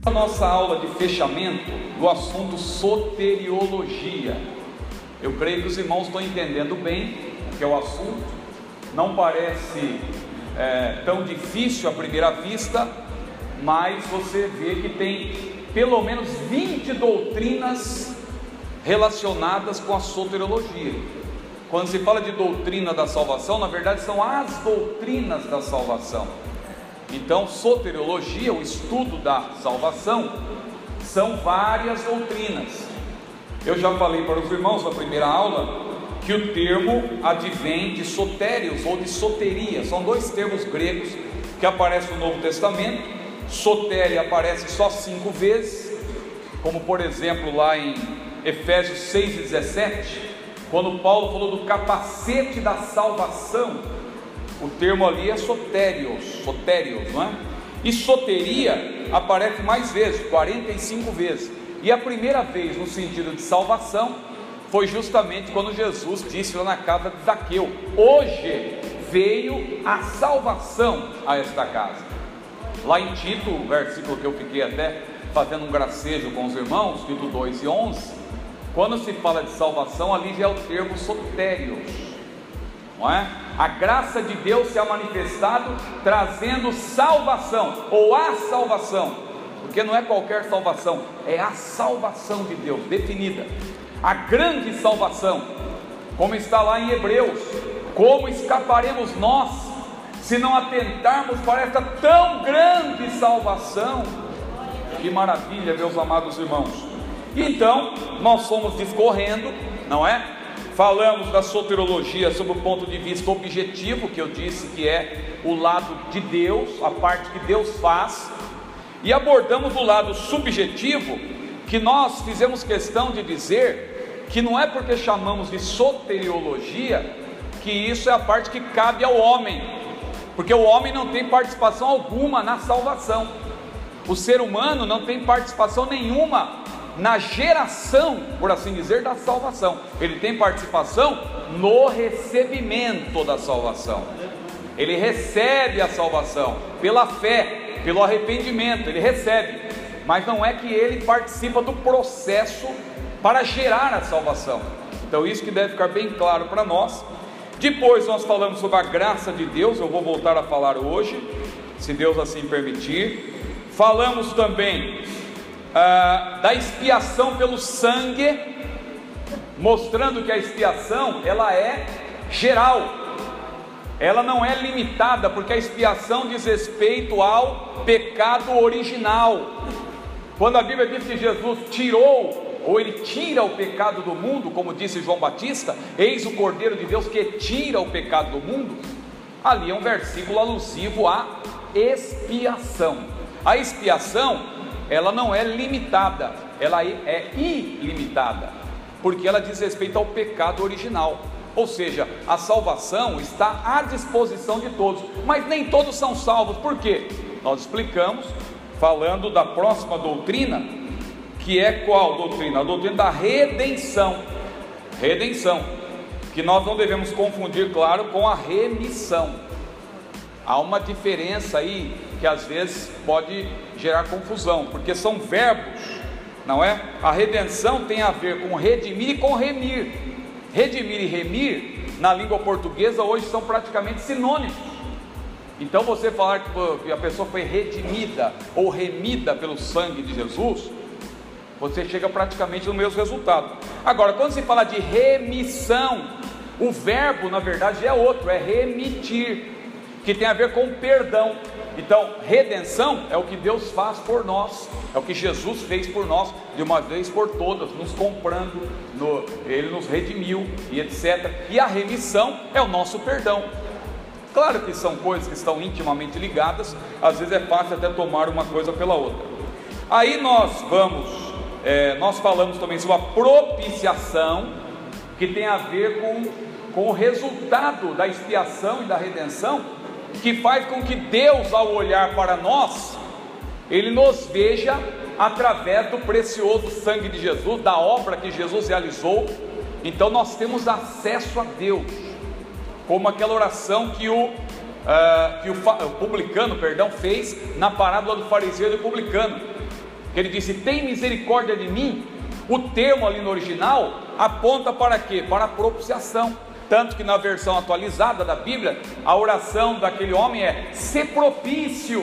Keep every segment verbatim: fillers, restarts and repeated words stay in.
A nossa aula de fechamento do assunto soteriologia. Eu creio que os irmãos estão entendendo bem o que é o assunto. Não parece é, tão difícil à primeira vista, mas você vê que tem pelo menos vinte doutrinas relacionadas com a soteriologia. Quando se fala de doutrina da salvação, na verdade são as doutrinas da salvação. Então, soteriologia, o estudo da salvação, são várias doutrinas. Eu já falei para os irmãos na primeira aula que o termo advém de sotérios ou de soteria. São dois termos gregos que aparecem no Novo Testamento. Sotéria aparece só cinco vezes, como por exemplo lá em Efésios seis e dezessete, quando Paulo falou do capacete da salvação. O termo ali é sotérios, sotérios, não é? E soteria aparece mais vezes, quarenta e cinco vezes. E a primeira vez no sentido de salvação foi justamente quando Jesus disse lá na casa de Zaqueu: hoje veio a salvação a esta casa. Lá em Tito, o versículo que eu fiquei até fazendo um gracejo com os irmãos, Tito dois e onze, quando se fala de salvação, ali já é o termo sotérios, não é? A graça de Deus se é manifestado trazendo salvação, ou a salvação, porque não é qualquer salvação, é a salvação de Deus definida, a grande salvação, como está lá em Hebreus. Como escaparemos nós se não atentarmos para esta tão grande salvação? Que maravilha, meus amados irmãos. Então nós fomos discorrendo, não é? Falamos da soteriologia sob o ponto de vista objetivo, que eu disse que é o lado de Deus, a parte que Deus faz, e abordamos o lado subjetivo, que nós fizemos questão de dizer que não é porque chamamos de soteriologia que isso é a parte que cabe ao homem, porque o homem não tem participação alguma na salvação. O ser humano não tem participação nenhuma na geração, por assim dizer, da salvação. Ele tem participação no recebimento da salvação. Ele recebe a salvação pela fé, pelo arrependimento, ele recebe, mas não é que ele participa do processo para gerar a salvação. Então isso que deve ficar bem claro para nós. Depois nós falamos sobre a graça de Deus, eu vou voltar a falar hoje, se Deus assim permitir. Falamos também Ah, da expiação pelo sangue, mostrando que a expiação ela é geral, ela não é limitada, porque a expiação diz respeito ao pecado original. Quando a Bíblia diz que Jesus tirou, ou ele tira o pecado do mundo, como disse João Batista, eis o Cordeiro de Deus que tira o pecado do mundo, ali é um versículo alusivo à expiação. A expiação ela não é limitada, ela é ilimitada, porque ela diz respeito ao pecado original, ou seja, a salvação está à disposição de todos, mas nem todos são salvos. Por quê? Nós explicamos, falando da próxima doutrina, que é qual doutrina? A doutrina da redenção, redenção, que nós não devemos confundir, claro, com a remissão. Há uma diferença aí que às vezes pode gerar confusão, porque são verbos, não é? A redenção tem a ver com redimir e com remir. Redimir e remir, na língua portuguesa, hoje são praticamente sinônimos. Então você falar que a pessoa foi redimida ou remida pelo sangue de Jesus, você chega praticamente no mesmo resultado. Agora, quando se fala de remissão, o verbo na verdade é outro, é remitir, que tem a ver com perdão. Então, redenção é o que Deus faz por nós, é o que Jesus fez por nós, de uma vez por todas, nos comprando, no, Ele nos redimiu e etcétera. E a remissão é o nosso perdão. Claro que são coisas que estão intimamente ligadas, às vezes é fácil até tomar uma coisa pela outra. Aí nós vamos, é, nós falamos também sobre a propiciação, que tem a ver com, com o resultado da expiação e da redenção, que faz com que Deus, ao olhar para nós, Ele nos veja através do precioso sangue de Jesus, da obra que Jesus realizou. Então nós temos acesso a Deus, como aquela oração que o, uh, que o, o publicano, perdão, fez na parábola do fariseu e do publicano. que ele disse: tem misericórdia de mim. O termo ali no original aponta para quê? Para a propiciação. Tanto que na versão atualizada da Bíblia, a oração daquele homem é: se propício.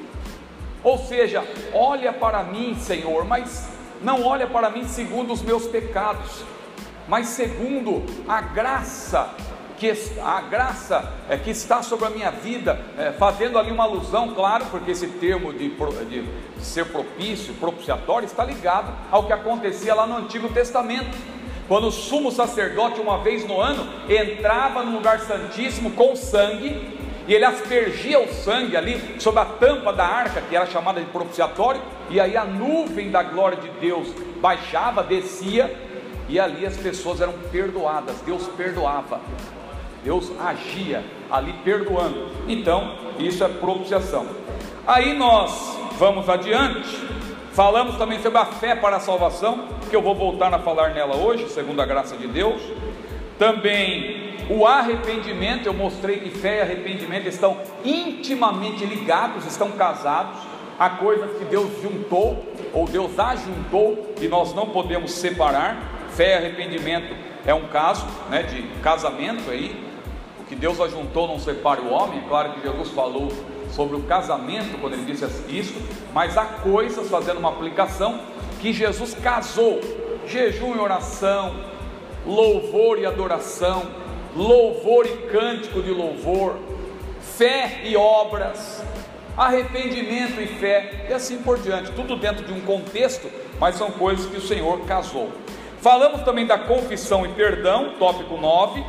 Ou seja, olha para mim, Senhor, mas não olha para mim segundo os meus pecados, mas segundo a graça que a graça é, que está sobre a minha vida, é, fazendo ali uma alusão, claro, porque esse termo de, de ser propício, propiciatório, está ligado ao que acontecia lá no Antigo Testamento, quando o sumo sacerdote, uma vez no ano, entrava no lugar santíssimo com sangue, e ele aspergia o sangue ali sobre a tampa da arca, que era chamada de propiciatório, e aí a nuvem da glória de Deus baixava, descia, e ali as pessoas eram perdoadas. Deus perdoava, Deus agia ali perdoando. Então isso é propiciação. Aí nós vamos adiante, falamos também sobre a fé para a salvação, que eu vou voltar a falar nela hoje, segundo a graça de Deus. Também o arrependimento, eu mostrei que fé e arrependimento estão intimamente ligados, estão casados. Há coisas que Deus juntou, ou Deus ajuntou, e nós não podemos separar. Fé e arrependimento é um caso, né, de casamento aí. O que Deus ajuntou não separa o homem. É claro que Jesus falou sobre o casamento quando ele disse isso, mas há coisas, fazendo uma aplicação, que Jesus casou: jejum e oração, louvor e adoração, louvor e cântico de louvor, fé e obras, arrependimento e fé, e assim por diante, tudo dentro de um contexto, mas são coisas que o Senhor casou. Falamos também da confissão e perdão, tópico nove,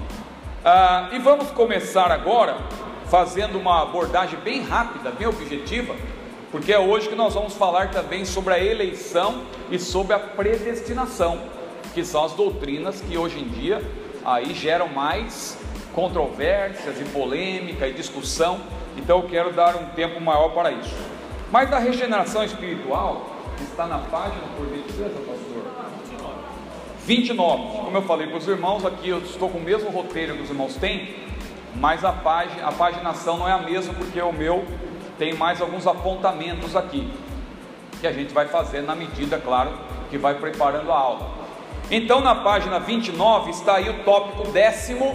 ah, e vamos começar agora fazendo uma abordagem bem rápida, bem objetiva, porque é hoje que nós vamos falar também sobre a eleição e sobre a predestinação, que são as doutrinas que hoje em dia aí geram mais controvérsias e polêmica e discussão. Então eu quero dar um tempo maior para isso. Mas a regeneração espiritual está na página, por gentileza, pastor? vinte e nove. Como eu falei para os irmãos, aqui eu estou com o mesmo roteiro que os irmãos têm, mas a, página, a paginação não é a mesma, porque o meu tem mais alguns apontamentos aqui, que a gente vai fazer na medida, claro, que vai preparando a aula. Então na página vinte e nove está aí o tópico décimo,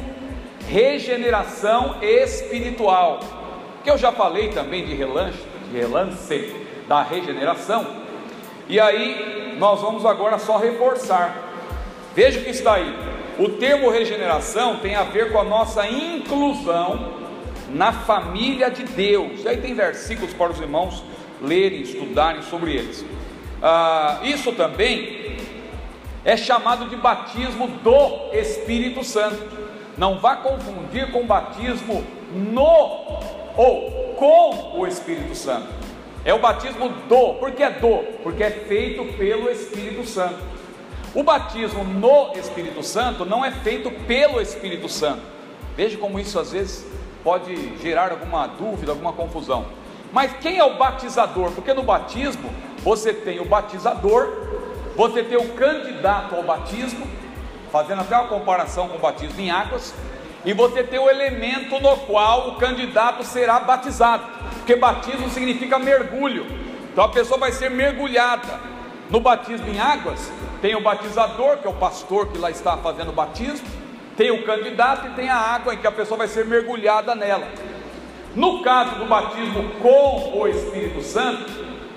regeneração espiritual, que eu já falei também de relance, de relance da regeneração, e aí nós vamos agora só reforçar. Veja o que está aí: o termo regeneração tem a ver com a nossa inclusão na família de Deus. E aí tem versículos para os irmãos lerem, estudarem sobre eles. Ah, isso também é chamado de batismo do Espírito Santo. Não vá confundir com batismo no ou com o Espírito Santo. É o batismo do. Por que é do? Porque é feito pelo Espírito Santo. O batismo no Espírito Santo não é feito pelo Espírito Santo. Veja como isso às vezes pode gerar alguma dúvida, alguma confusão. Mas quem é o batizador? Porque no batismo você tem o batizador, você tem o candidato ao batismo, fazendo até uma comparação com o batismo em águas, e você tem o elemento no qual o candidato será batizado, porque batismo significa mergulho. Então a pessoa vai ser mergulhada. No batismo em águas tem o batizador, que é o pastor que lá está fazendo o batismo, tem o candidato e tem a água em que a pessoa vai ser mergulhada nela. No caso do batismo com o Espírito Santo,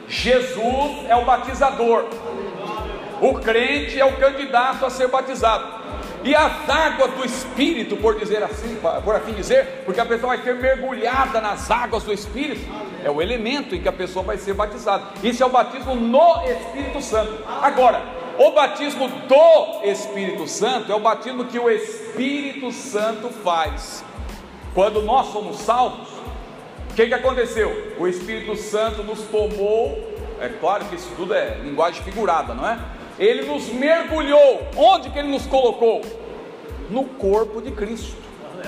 Jesus é o batizador, o crente é o candidato a ser batizado, e as águas do Espírito, por dizer assim, por assim dizer, porque a pessoa vai ser mergulhada nas águas do Espírito, é o elemento em que a pessoa vai ser batizada. Isso é o batismo no Espírito Santo. Agora, o batismo do Espírito Santo é o batismo que o Espírito Santo faz. Quando nós somos salvos, o que, que aconteceu? O Espírito Santo nos tomou, é claro que isso tudo é linguagem figurada, não é? Ele nos mergulhou. Onde que ele nos colocou? No corpo de Cristo.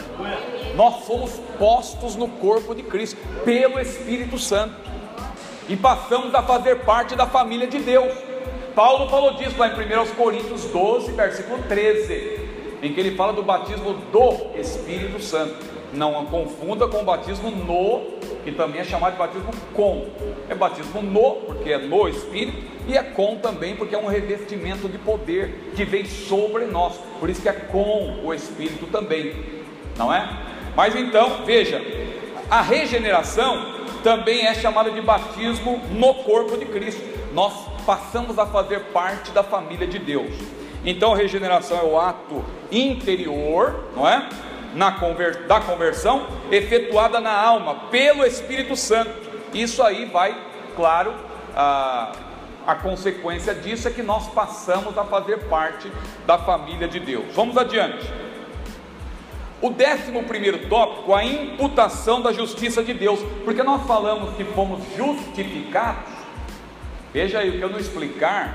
Nós fomos postos no corpo de Cristo pelo Espírito Santo e passamos a fazer parte da família de Deus. Paulo falou disso lá em primeira Coríntios doze, versículo treze, em que ele fala do batismo do Espírito Santo. Não confunda com o batismo no, que também é chamado de batismo com. É batismo no, porque é no Espírito, e é com também, porque é um revestimento de poder que vem sobre nós. Por isso que é com o Espírito também, não é? Mas então, veja, a regeneração também é chamada de batismo no corpo de Cristo. Nós passamos a fazer parte da família de Deus. Então a regeneração é o ato interior, não é? Na conver... da conversão, efetuada na alma pelo Espírito Santo. Isso aí vai, claro, a, a consequência disso é que nós passamos a fazer parte da família de Deus. Vamos adiante. O décimo primeiro tópico, a imputação da justiça de Deus, porque nós falamos que fomos justificados. Veja aí, o que eu não explicar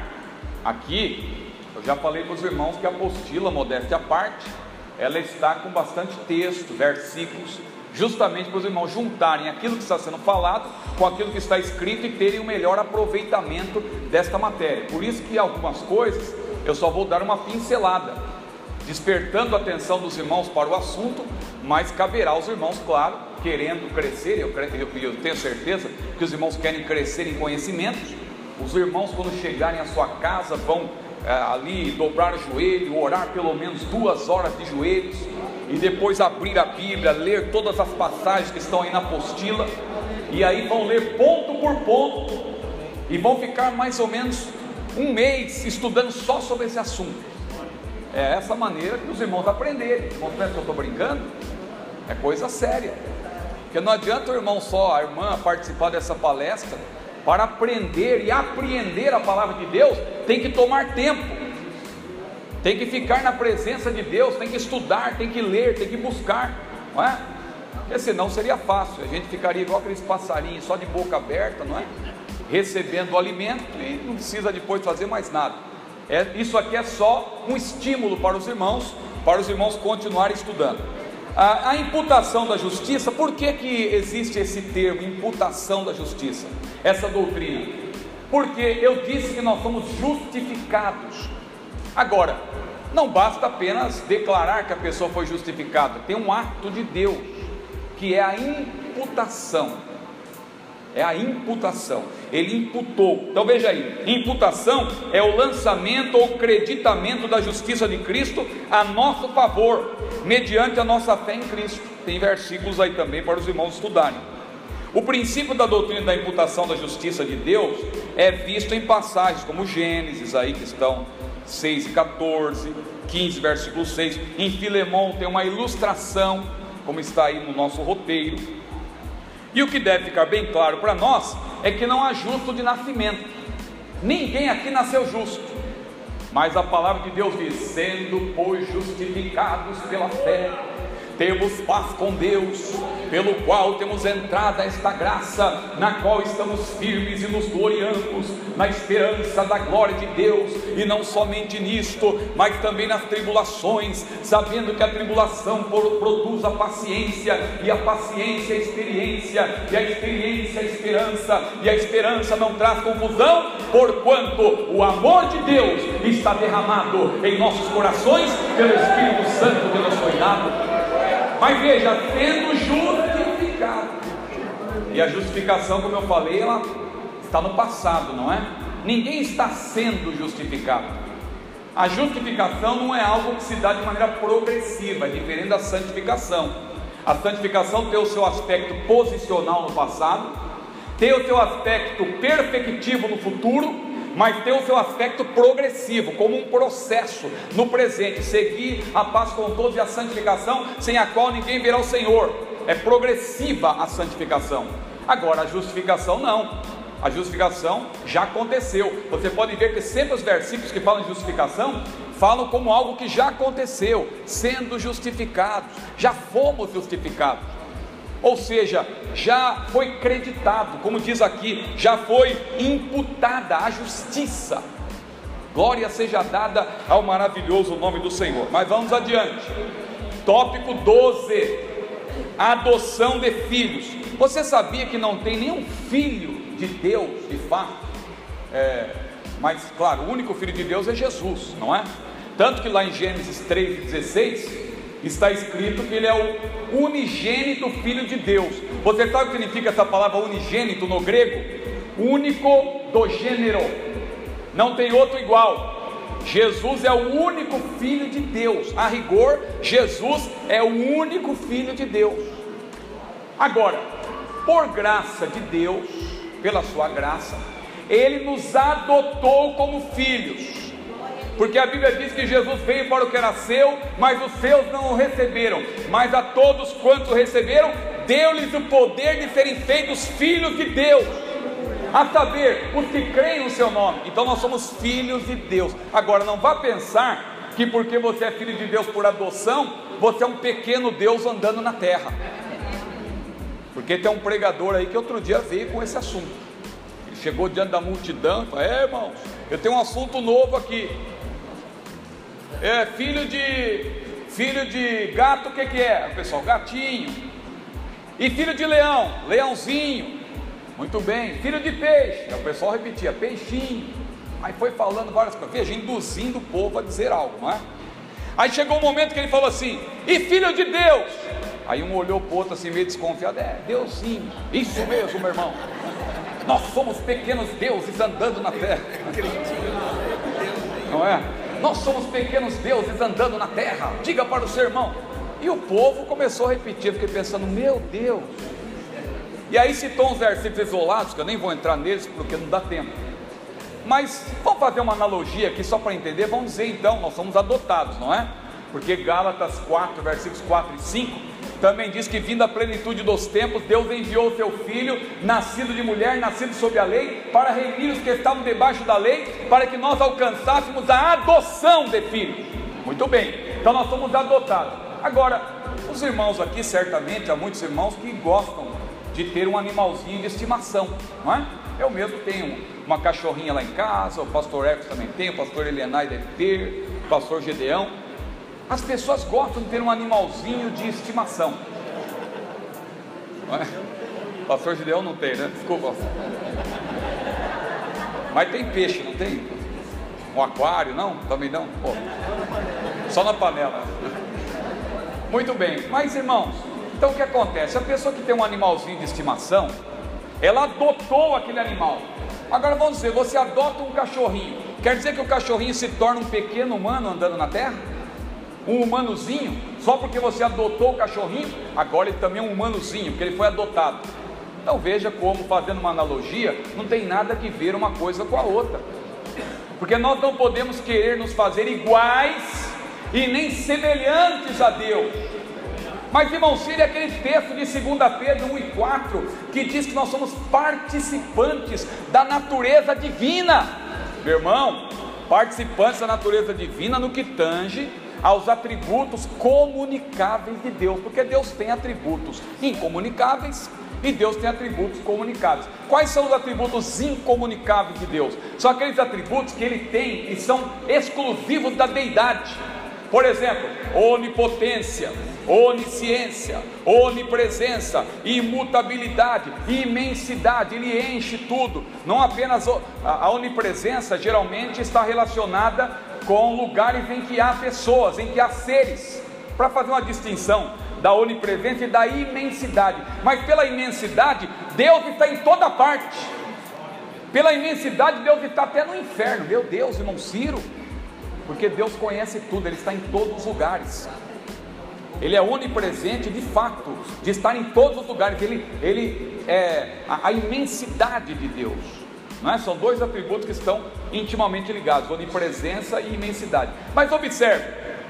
aqui, eu já falei para os irmãos que a apostila, modéstia à parte, ela está com bastante texto, versículos, justamente para os irmãos juntarem aquilo que está sendo falado com aquilo que está escrito e terem o melhor aproveitamento desta matéria. Por isso que algumas coisas eu só vou dar uma pincelada, despertando a atenção dos irmãos para o assunto, mas caberá aos irmãos, claro, querendo crescer, eu, eu, eu tenho certeza que os irmãos querem crescer em conhecimentos. Os irmãos, quando chegarem à sua casa, vão é, ali dobrar o joelho, orar pelo menos duas horas de joelhos, e depois abrir a Bíblia, ler todas as passagens que estão aí na apostila, e aí vão ler ponto por ponto, e vão ficar mais ou menos um mês estudando só sobre esse assunto. É essa maneira que os irmãos aprenderem. Irmãos, pensam que eu estou brincando? É coisa séria, porque não adianta o irmão só, a irmã participar dessa palestra para aprender e apreender a palavra de Deus. Tem que tomar tempo, tem que ficar na presença de Deus, tem que estudar, tem que ler, tem que buscar, não é? Porque senão seria fácil, a gente ficaria igual aqueles passarinhos, só de boca aberta, não é? Recebendo o alimento e não precisa depois fazer mais nada. É, isso aqui é só um estímulo para os irmãos, para os irmãos continuarem estudando. A, a imputação da justiça, por que que existe esse termo, imputação da justiça? Essa doutrina, porque eu disse que nós somos justificados. Agora, não basta apenas declarar que a pessoa foi justificada, tem um ato de Deus, que é a imputação. É a imputação, ele imputou. Então veja aí, imputação é o lançamento ou creditamento da justiça de Cristo a nosso favor, mediante a nossa fé em Cristo. Tem versículos aí também para os irmãos estudarem. O princípio da doutrina da imputação da justiça de Deus é visto em passagens como Gênesis, aí que estão seis e quatorze, quinze versículo seis. Em Filemão tem uma ilustração, como está aí no nosso roteiro. E o que deve ficar bem claro para nós é que não há justo de nascimento. Ninguém aqui nasceu justo, mas a palavra de Deus diz: sendo pois justificados pela fé, temos paz com Deus, pelo qual temos entrado a esta graça, na qual estamos firmes e nos gloriamos na esperança da glória de Deus. E não somente nisto, mas também nas tribulações, sabendo que a tribulação produz a paciência, e a paciência a experiência, e a experiência a esperança, e a esperança não traz confusão, porquanto o amor de Deus está derramado em nossos corações pelo Espírito Santo que nos foi dado. Mas veja, sendo justificado, e a justificação, como eu falei, ela está no passado, não é? Ninguém está sendo justificado. A justificação não é algo que se dá de maneira progressiva, é diferente da santificação. A santificação tem o seu aspecto posicional no passado, tem o seu aspecto perfectivo no futuro, mas tem o seu aspecto progressivo, como um processo no presente. Seguir a paz com todos e a santificação, sem a qual ninguém verá o Senhor. É progressiva a santificação. Agora a justificação não. A justificação já aconteceu. Você pode ver que sempre os versículos que falam de justificação falam como algo que já aconteceu, sendo justificados. Já fomos justificados. Ou seja, já foi creditado, como diz aqui, já foi imputada a justiça. Glória seja dada ao maravilhoso nome do Senhor. Mas vamos adiante. Tópico doze, adoção de filhos. Você sabia que não tem nenhum filho de Deus, de fato? É, mas claro, o único filho de Deus é Jesus, não é? Tanto que lá em Gênesis três, dezesseis, está escrito que Ele é o unigênito Filho de Deus. Você sabe o que significa essa palavra unigênito no grego? Único do gênero, não tem outro igual. Jesus é o único Filho de Deus. A rigor, Jesus é o único Filho de Deus. Agora, por graça de Deus, pela sua graça, Ele nos adotou como filhos, porque a Bíblia diz que Jesus veio para o que era seu, mas os seus não o receberam. Mas a todos quantos o receberam, deu-lhes o poder de serem feitos filhos de Deus, a saber, os que creem no seu nome. Então nós somos filhos de Deus. Agora, não vá pensar que porque você é filho de Deus por adoção, você é um pequeno Deus andando na terra. Porque tem um pregador aí que outro dia veio com esse assunto. Ele chegou diante da multidão e falou: é, irmãos, eu tenho um assunto novo aqui. É filho de filho de gato, o que que é? O pessoal, gatinho. E filho de leão, leãozinho. Muito bem. Filho de peixe, o pessoal repetia, peixinho. Aí foi falando várias coisas, veja, induzindo o povo a dizer algo, não é? Aí chegou um momento que ele falou assim: e filho de Deus? Aí um olhou para o outro assim meio desconfiado: é, Deusinho. Isso mesmo, meu irmão, nós somos pequenos deuses andando na terra. Não é? Nós somos pequenos deuses andando na terra. Diga para o seu irmão. E o povo começou a repetir. Eu fiquei pensando: meu Deus. E aí citou uns versículos isolados, que eu nem vou entrar neles porque não dá tempo. Mas vamos fazer uma analogia aqui só para entender. Vamos dizer então, nós somos adotados, não é? Porque Gálatas quatro, versículos quatro e cinco também diz que, vindo a plenitude dos tempos, Deus enviou o seu Filho, nascido de mulher, nascido sob a lei, para remir os que estavam debaixo da lei, para que nós alcançássemos a adoção de filhos. Muito bem, então nós somos adotados. Agora, os irmãos aqui, certamente há muitos irmãos que gostam de ter um animalzinho de estimação, não é? Eu mesmo tenho uma cachorrinha lá em casa, o pastor Ecos também tem, o pastor Elianai deve ter, o pastor Gedeão. As pessoas gostam de ter um animalzinho de estimação, não é? O pastor Gedeão não tem, né? Desculpa. Mas tem peixe, não tem? Um aquário, não? Também não? Pô, só na panela. Muito bem, mas irmãos, então o que acontece? A pessoa que tem um animalzinho de estimação, ela adotou aquele animal. Agora vamos dizer, você adota um cachorrinho, quer dizer que o cachorrinho se torna um pequeno humano andando na terra? Um humanozinho? Só porque você adotou o cachorrinho, agora ele também é um humanozinho, porque ele foi adotado. Então veja como, fazendo uma analogia, não tem nada que ver uma coisa com a outra, porque nós não podemos querer nos fazer iguais e nem semelhantes a Deus. Mas irmão, se é aquele texto de segunda Pedro um e quatro, que diz que nós somos participantes da natureza divina. Meu irmão, participantes da natureza divina no que tange aos atributos comunicáveis de Deus, porque Deus tem atributos incomunicáveis e Deus tem atributos comunicáveis. Quais são os atributos incomunicáveis de Deus? São aqueles atributos que Ele tem e são exclusivos da deidade. Por exemplo, onipotência, onisciência, onipresença, imutabilidade, imensidade. Ele enche tudo. Não apenas a onipresença geralmente está relacionada com lugares em que há pessoas, em que há seres, para fazer uma distinção da onipresença e da imensidade. Mas pela imensidade, Deus está em toda parte. Pela imensidade, Deus está até no inferno. Meu Deus, irmão Ciro, porque Deus conhece tudo, Ele está em todos os lugares. Ele é onipresente de fato, de estar em todos os lugares. Ele, ele é a, a imensidade de Deus, não é? São dois atributos que estão intimamente ligados, onipresença e imensidade. Mas observe,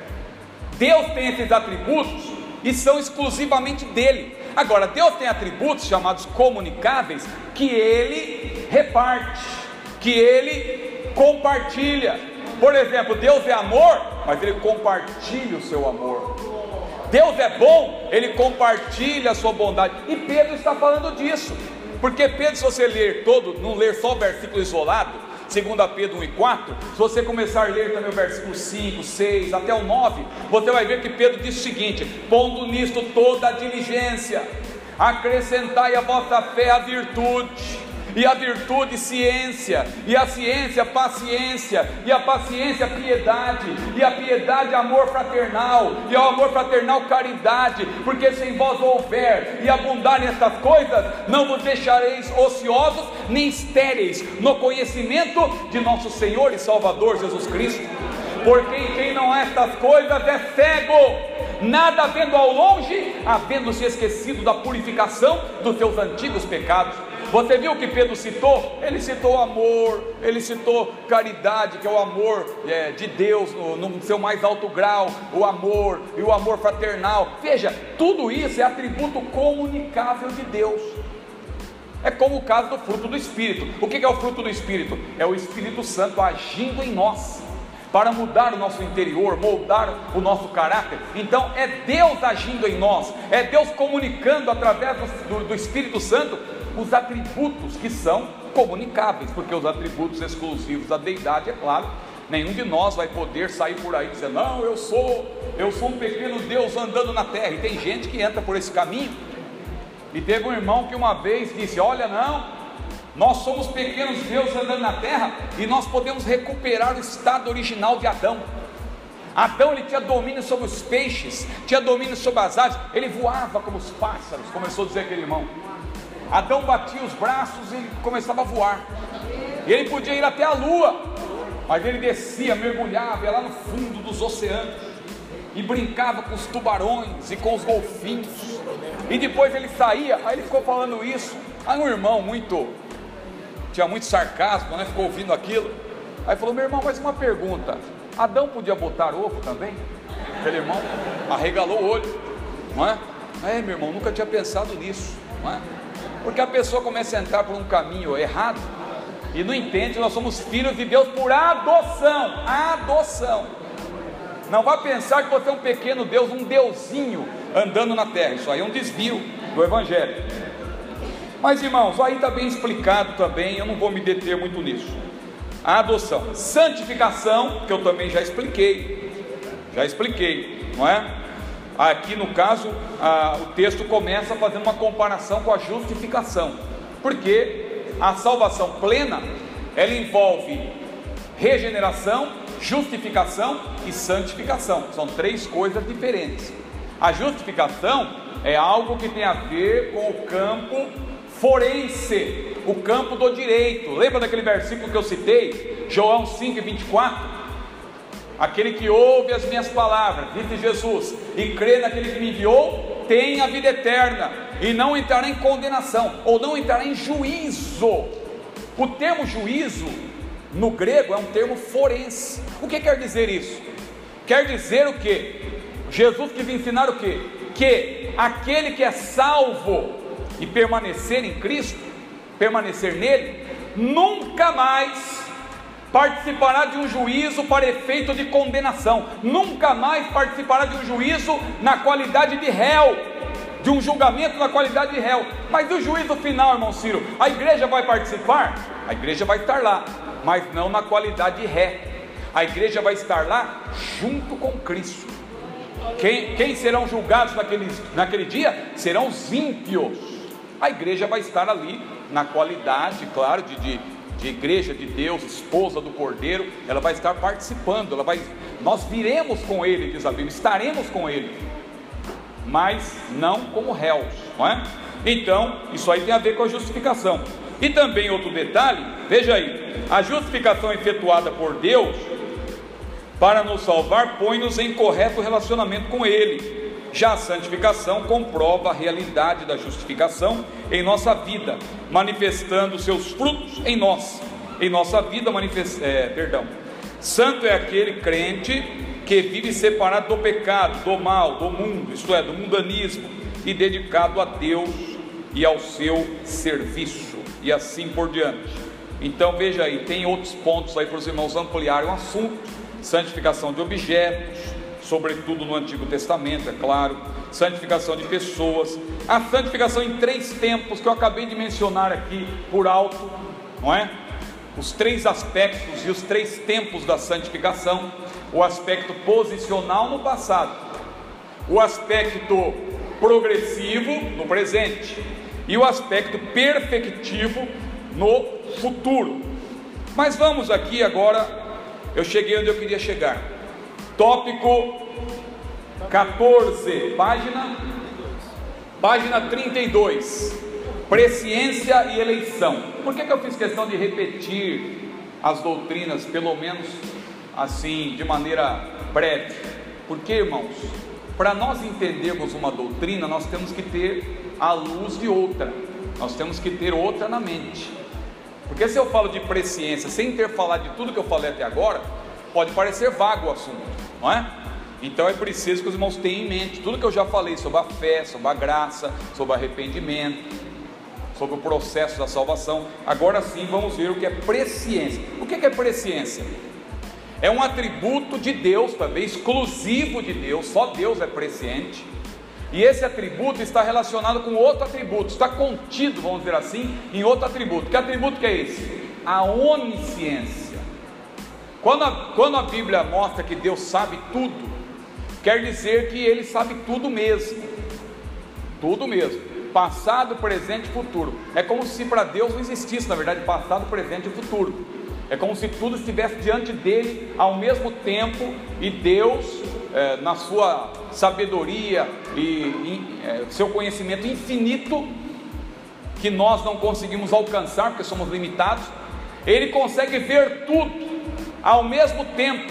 Deus tem esses atributos e são exclusivamente dele. Agora, Deus tem atributos chamados comunicáveis que Ele reparte, que Ele compartilha. Por exemplo, Deus é amor, mas Ele compartilha o seu amor. Deus é bom, Ele compartilha a sua bondade. E Pedro está falando disso, porque Pedro, se você ler todo, não ler só o versículo isolado, segunda Pedro um e quatro, se você começar a ler também o versículo cinco, seis, até o nove, você vai ver que Pedro diz o seguinte: pondo nisto toda a diligência, acrescentai a vossa fé a virtude, e a virtude ciência, e a ciência paciência, e a paciência piedade, e a piedade amor fraternal, e ao amor fraternal caridade, porque se em vós houver e abundarem estas coisas, não vos deixareis ociosos nem estéreis no conhecimento de nosso Senhor e Salvador Jesus Cristo. Porque em quem não há estas coisas é cego, nada vendo ao longe, havendo-se esquecido da purificação dos seus antigos pecados. Você viu o que Pedro citou? Ele citou amor, ele citou caridade, que é o amor é, de Deus no, no seu mais alto grau, o amor e o amor fraternal. Veja, tudo isso é atributo comunicável de Deus. É como o caso do fruto do Espírito. O que é o fruto do Espírito? É o Espírito Santo agindo em nós, para mudar o nosso interior, moldar o nosso caráter. Então é Deus agindo em nós, é Deus comunicando através do, do, do Espírito Santo os atributos que são comunicáveis, porque os atributos exclusivos da deidade, é claro, nenhum de nós vai poder sair por aí dizendo, não, eu sou, eu sou um pequeno Deus andando na terra. E tem gente que entra por esse caminho, e teve um irmão que uma vez disse, olha não, nós somos pequenos deuses andando na terra, e nós podemos recuperar o estado original de Adão. Adão, ele tinha domínio sobre os peixes, tinha domínio sobre as aves, ele voava como os pássaros, começou a dizer aquele irmão. Adão batia os braços e ele começava a voar, e ele podia ir até a lua, mas ele descia, mergulhava, ia lá no fundo dos oceanos, e brincava com os tubarões e com os golfinhos, e depois ele saía, aí ele ficou falando isso, aí um irmão muito, tinha muito sarcasmo, né? Ficou ouvindo aquilo, aí falou, meu irmão, mais uma pergunta, Adão podia botar ovo também? Aquele irmão arregalou o olho, não é? É, meu irmão, nunca tinha pensado nisso, não é? Porque a pessoa começa a entrar por um caminho errado, e não entende que nós somos filhos de Deus por adoção, adoção. Não vá pensar que você é um pequeno Deus, um deusinho andando na terra, isso aí é um desvio do Evangelho. Mas irmãos, aí está bem explicado também, eu não vou me deter muito nisso. A adoção, santificação, que eu também já expliquei, já expliquei, não é? Aqui no caso, a, o texto começa fazendo uma comparação com a justificação, porque a salvação plena, ela envolve regeneração, justificação e santificação, são três coisas diferentes. A justificação é algo que tem a ver com o campo forense, o campo do direito. Lembra daquele versículo que eu citei, João cinco, vinte e quatro? Aquele que ouve as minhas palavras, disse Jesus, e crê naquele que me enviou, tem a vida eterna, e não entrará em condenação, ou não entrará em juízo. O termo juízo, no grego, é um termo forense. O que quer dizer isso? Quer dizer o que? Jesus quis ensinar o que? Que aquele que é salvo e permanecer em Cristo, permanecer nele, nunca mais participará de um juízo para efeito de condenação, nunca mais participará de um juízo na qualidade de réu, de um julgamento na qualidade de réu. Mas o juízo final, irmão Ciro, a igreja vai participar? A igreja vai estar lá, mas não na qualidade de ré. A igreja vai estar lá junto com Cristo. Quem, quem serão julgados naquele, naquele dia? Serão os ímpios. A igreja vai estar ali na qualidade, claro, de, de, de igreja de Deus, esposa do Cordeiro. Ela vai estar participando, ela vai, nós viremos com ele, diz a Bíblia, estaremos com ele, mas não como réus, não é? Então, isso aí tem a ver com a justificação. E também outro detalhe, veja aí, a justificação efetuada por Deus para nos salvar, põe-nos em correto relacionamento com ele. Já a santificação comprova a realidade da justificação em nossa vida, manifestando seus frutos em nós, em nossa vida, manifest... é, perdão, santo é aquele crente que vive separado do pecado, do mal, do mundo, isto é, do mundanismo, e dedicado a Deus e ao seu serviço, e assim por diante. Então veja aí, tem outros pontos aí para os irmãos ampliarem o assunto. Santificação de objetos, sobretudo no Antigo Testamento, é claro, santificação de pessoas, a santificação em três tempos, que eu acabei de mencionar aqui por alto, não é? Os três aspectos e os três tempos da santificação: o aspecto posicional no passado, o aspecto progressivo no presente, e o aspecto perfectivo no futuro. Mas vamos aqui agora, eu cheguei onde eu queria chegar. Tópico quatorze, página, página trinta e dois, presciência e eleição. Por que que eu fiz questão de repetir as doutrinas, pelo menos assim, de maneira breve? Porque, irmãos, para nós entendermos uma doutrina, nós temos que ter a luz de outra, nós temos que ter outra na mente. Porque se eu falo de presciência sem ter falado de tudo que eu falei até agora, pode parecer vago o assunto, não é? Então é preciso que os irmãos tenham em mente tudo que eu já falei sobre a fé, sobre a graça, sobre o arrependimento, sobre o processo da salvação. Agora sim vamos ver o que é presciência. O que é presciência? É um atributo de Deus também, exclusivo de Deus, só Deus é presciente. E esse atributo está relacionado com outro atributo, está contido, vamos dizer assim, em outro atributo. Que atributo que é esse? A onisciência. Quando a, quando a Bíblia mostra que Deus sabe tudo, quer dizer que Ele sabe tudo mesmo, tudo mesmo, passado, presente e futuro. É como se para Deus não existisse, na verdade, passado, presente e futuro. É como se tudo estivesse diante dele ao mesmo tempo, e Deus, é, na sua sabedoria e, e é, seu conhecimento infinito, que nós não conseguimos alcançar porque somos limitados, Ele consegue ver tudo ao mesmo tempo.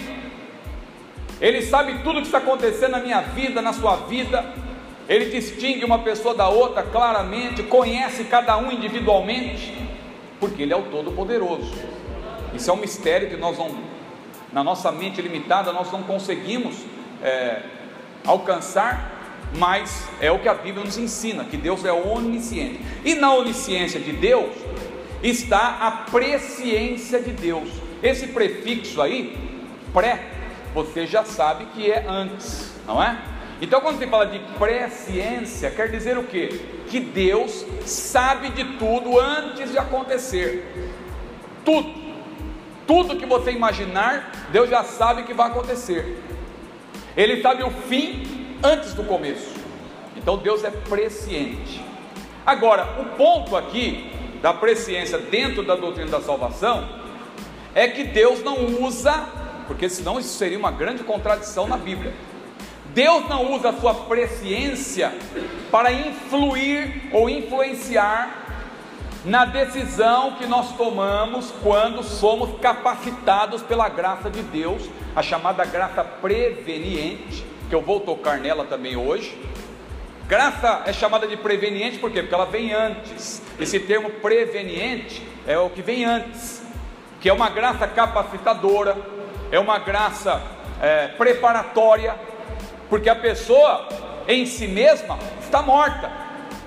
Ele sabe tudo o que está acontecendo na minha vida, na sua vida. Ele distingue uma pessoa da outra claramente, conhece cada um individualmente, porque Ele é o Todo-Poderoso. Isso é um mistério que nós não, na nossa mente limitada, nós não conseguimos é, alcançar, mas é o que a Bíblia nos ensina, que Deus é onisciente. E na onisciência de Deus está a presciência de Deus. Esse prefixo aí, pré, você já sabe que é antes, não é? Então quando se fala de presciência, quer dizer o quê? Que Deus sabe de tudo antes de acontecer. Tudo. Tudo que você imaginar, Deus já sabe que vai acontecer. Ele sabe o fim antes do começo. Então Deus é presciente. Agora, o ponto aqui da presciência dentro da doutrina da salvação é que Deus não usa, porque senão isso seria uma grande contradição na Bíblia. Deus não usa a sua presciência para influir ou influenciar na decisão que nós tomamos quando somos capacitados pela graça de Deus, a chamada graça preveniente, que eu vou tocar nela também hoje. Graça é chamada de preveniente por quê? Porque ela vem antes. Esse termo preveniente é o que vem antes, que é uma graça capacitadora, é uma graça é, preparatória, porque a pessoa em si mesma está morta.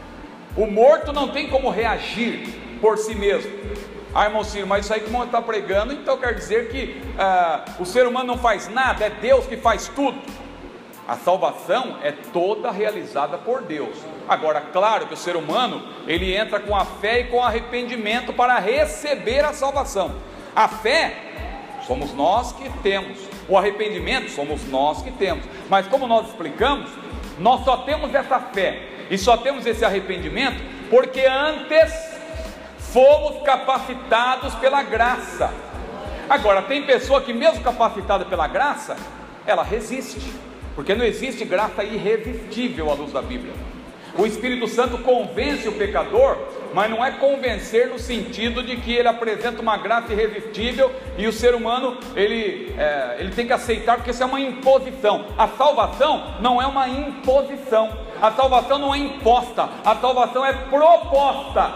O morto não tem como reagir por si mesmo. Ah, irmão Ciro, mas isso aí que o irmão está pregando, então quer dizer que ah, o ser humano não faz nada, é Deus que faz tudo. A salvação é toda realizada por Deus. Agora, claro que o ser humano, ele entra com a fé e com arrependimento para receber a salvação. A fé, somos nós que temos. O arrependimento, somos nós que temos. Mas como nós explicamos, nós só temos essa fé e só temos esse arrependimento porque antes fomos capacitados pela graça. Agora, tem pessoa que mesmo capacitada pela graça, ela resiste, porque não existe graça irresistível à luz da Bíblia. O Espírito Santo convence o pecador, mas não é convencer no sentido de que ele apresenta uma graça irresistível e o ser humano ele, é, ele tem que aceitar, porque isso é uma imposição. A salvação não é uma imposição, a salvação não é imposta, a salvação é proposta,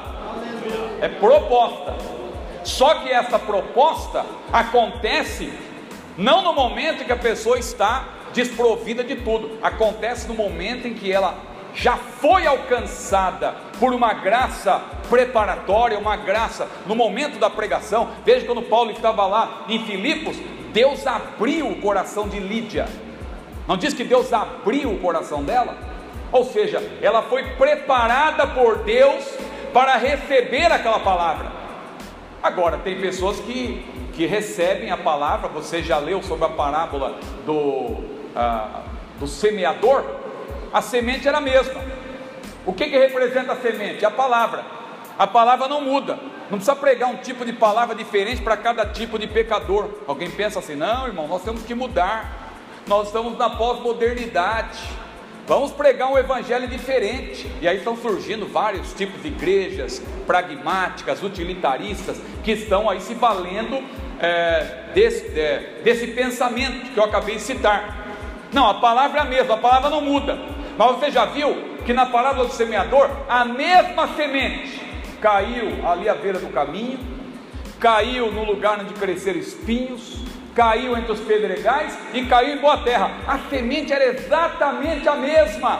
é proposta. Só que essa proposta acontece não no momento em que a pessoa está desprovida de tudo, acontece no momento em que ela já foi alcançada por uma graça preparatória, uma graça no momento da pregação. Veja, quando Paulo estava lá em Filipos, Deus abriu o coração de Lídia. Não diz que Deus abriu o coração dela? Ou seja, ela foi preparada por Deus para receber aquela palavra. Agora, tem pessoas que, que recebem a palavra. Você já leu sobre a parábola do, ah, do semeador? A semente era a mesma. O que que representa a semente? A palavra. A palavra não muda. Não precisa pregar um tipo de palavra diferente para cada tipo de pecador. Alguém pensa assim: não, irmão, nós temos que mudar. Nós estamos na pós-modernidade. Vamos pregar um evangelho diferente. E aí estão surgindo vários tipos de igrejas pragmáticas, utilitaristas, que estão aí se valendo é, desse, é, desse pensamento que eu acabei de citar. Não, a palavra é a mesma, a palavra não muda. Mas você já viu que na parábola do semeador, a mesma semente caiu ali à beira do caminho, caiu no lugar onde cresceram espinhos, caiu entre os pedregais e caiu em boa terra. A semente era exatamente a mesma,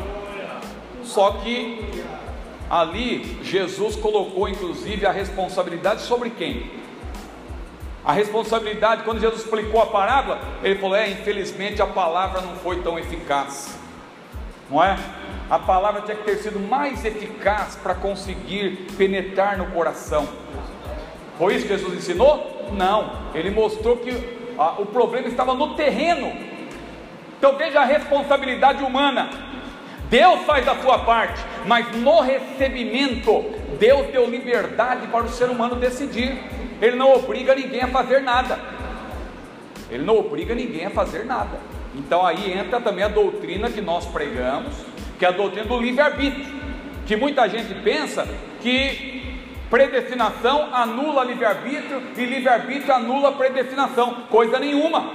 só que ali Jesus colocou inclusive a responsabilidade sobre quem? A responsabilidade, quando Jesus explicou a parábola, ele falou: é, infelizmente a palavra não foi tão eficaz, não é? A palavra tinha que ter sido mais eficaz para conseguir penetrar no coração. Foi isso que Jesus ensinou? Não, ele mostrou que ah, o problema estava no terreno. Então veja a responsabilidade humana. Deus faz a sua parte, mas no recebimento Deus deu liberdade para o ser humano decidir. Ele não obriga ninguém a fazer nada. Ele não obriga ninguém a fazer nada. Então aí entra também a doutrina que nós pregamos, que é a doutrina do livre-arbítrio, que muita gente pensa que predestinação anula livre-arbítrio e livre-arbítrio anula predestinação. Coisa nenhuma.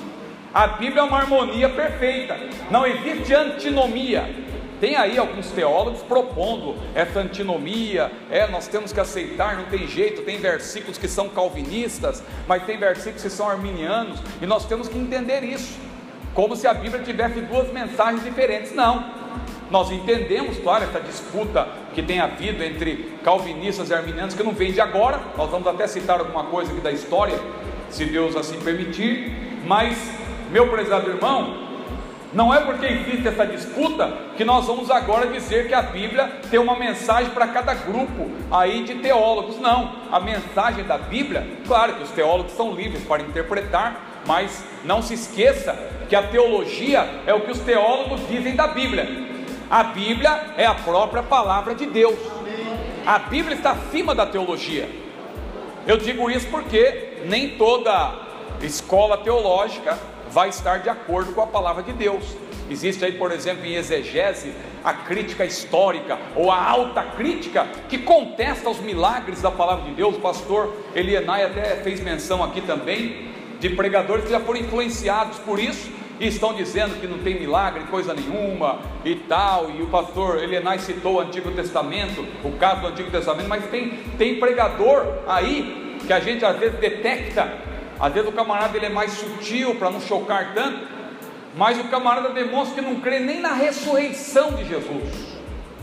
A Bíblia é uma harmonia perfeita, não existe antinomia. Tem aí alguns teólogos propondo essa antinomia, é, nós temos que aceitar, não tem jeito. Tem versículos que são calvinistas, mas tem versículos que são arminianos, e nós temos que entender isso, como se a Bíblia tivesse duas mensagens diferentes. Não, nós entendemos, claro, essa disputa que tem havido entre calvinistas e arminianos, que não vem de agora. Nós vamos até citar alguma coisa aqui da história, se Deus assim permitir. Mas, meu prezado irmão, não é porque existe essa disputa que nós vamos agora dizer que a Bíblia tem uma mensagem para cada grupo aí de teólogos. Não, a mensagem da Bíblia, claro que os teólogos são livres para interpretar, mas não se esqueça que a teologia é o que os teólogos dizem da Bíblia. A Bíblia é a própria palavra de Deus. A Bíblia está acima da teologia. Eu digo isso porque nem toda escola teológica vai estar de acordo com a palavra de Deus. Existe aí, por exemplo, em exegese, a crítica histórica, ou a alta crítica, que contesta os milagres da palavra de Deus. O pastor Elienay até fez menção aqui também, de pregadores que já foram influenciados por isso, e estão dizendo que não tem milagre, coisa nenhuma, e tal. E o pastor Elienay citou o Antigo Testamento, o caso do Antigo Testamento, mas tem, tem pregador aí, que a gente às vezes detecta. Às vezes o camarada ele é mais sutil para não chocar tanto, mas o camarada demonstra que não crê nem na ressurreição de Jesus.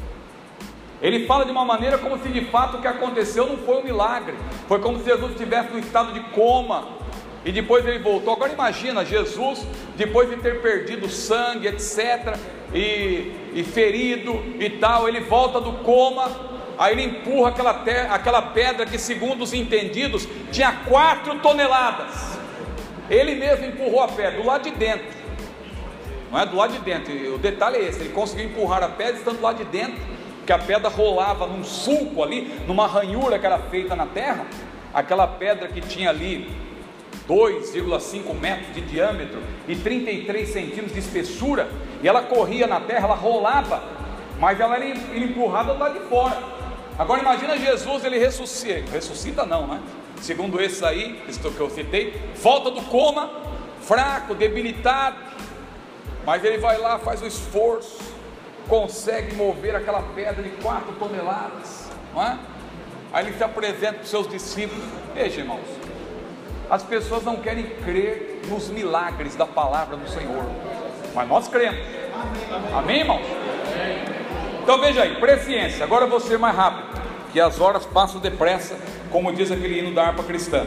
Ele fala de uma maneira como se de fato o que aconteceu não foi um milagre, foi como se Jesus estivesse no estado de coma e depois ele voltou. Agora imagina Jesus, depois de ter perdido sangue, etc, e, e ferido e tal, ele volta do coma. Aí ele empurra aquela, terra, aquela pedra que, segundo os entendidos, tinha quatro toneladas. Ele mesmo empurrou a pedra do lado de dentro. Não é do lado de dentro, o detalhe é esse: ele conseguiu empurrar a pedra estando do lado de dentro, porque a pedra rolava num sulco ali, numa ranhura que era feita na terra. Aquela pedra que tinha ali dois vírgula cinco metros de diâmetro e trinta e três centímetros de espessura, e ela corria na terra, ela rolava, mas ela era empurrada do lado de fora. Agora imagina Jesus, ele ressuscita, ressuscita não, né? Segundo esse aí, isso que eu citei, volta do coma, fraco, debilitado, mas ele vai lá, faz o esforço, consegue mover aquela pedra de quatro toneladas, não é? Aí ele se apresenta para os seus discípulos. Veja, irmãos, as pessoas não querem crer nos milagres da palavra do Senhor, mas nós cremos. Amém, irmãos? Então veja aí, presciência. Agora eu vou ser mais rápido, que as horas passam depressa, como diz aquele hino da harpa cristã.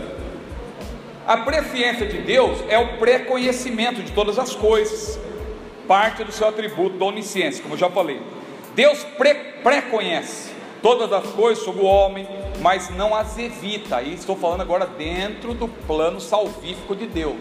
A presciência de Deus é o pré-conhecimento de todas as coisas, parte do seu atributo da onisciência, como eu já falei. Deus pré-conhece todas as coisas sobre o homem, mas não as evita. Aí estou falando agora dentro do plano salvífico de Deus.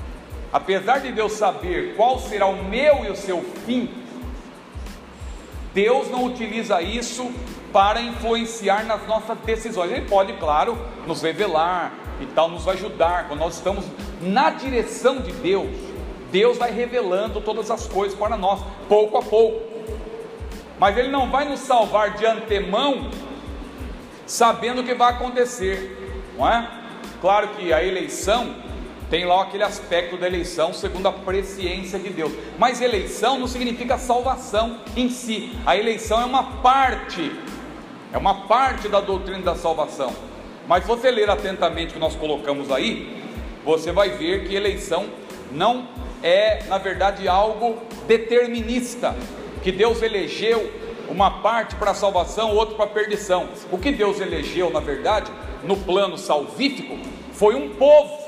Apesar de Deus saber qual será o meu e o seu fim, Deus não utiliza isso para influenciar nas nossas decisões. Ele pode, claro, nos revelar e tal, nos ajudar. Quando nós estamos na direção de Deus, Deus vai revelando todas as coisas para nós, pouco a pouco. Mas Ele não vai nos salvar de antemão, sabendo o que vai acontecer, não é? Claro que a eleição tem lá aquele aspecto da eleição segundo a presciência de Deus, mas eleição não significa salvação em si. A eleição é uma parte, é uma parte da doutrina da salvação. Mas se você ler atentamente o que nós colocamos aí, você vai ver que eleição não é, na verdade, algo determinista, que Deus elegeu uma parte para a salvação, outra para a perdição. O que Deus elegeu, na verdade, no plano salvífico, foi um povo.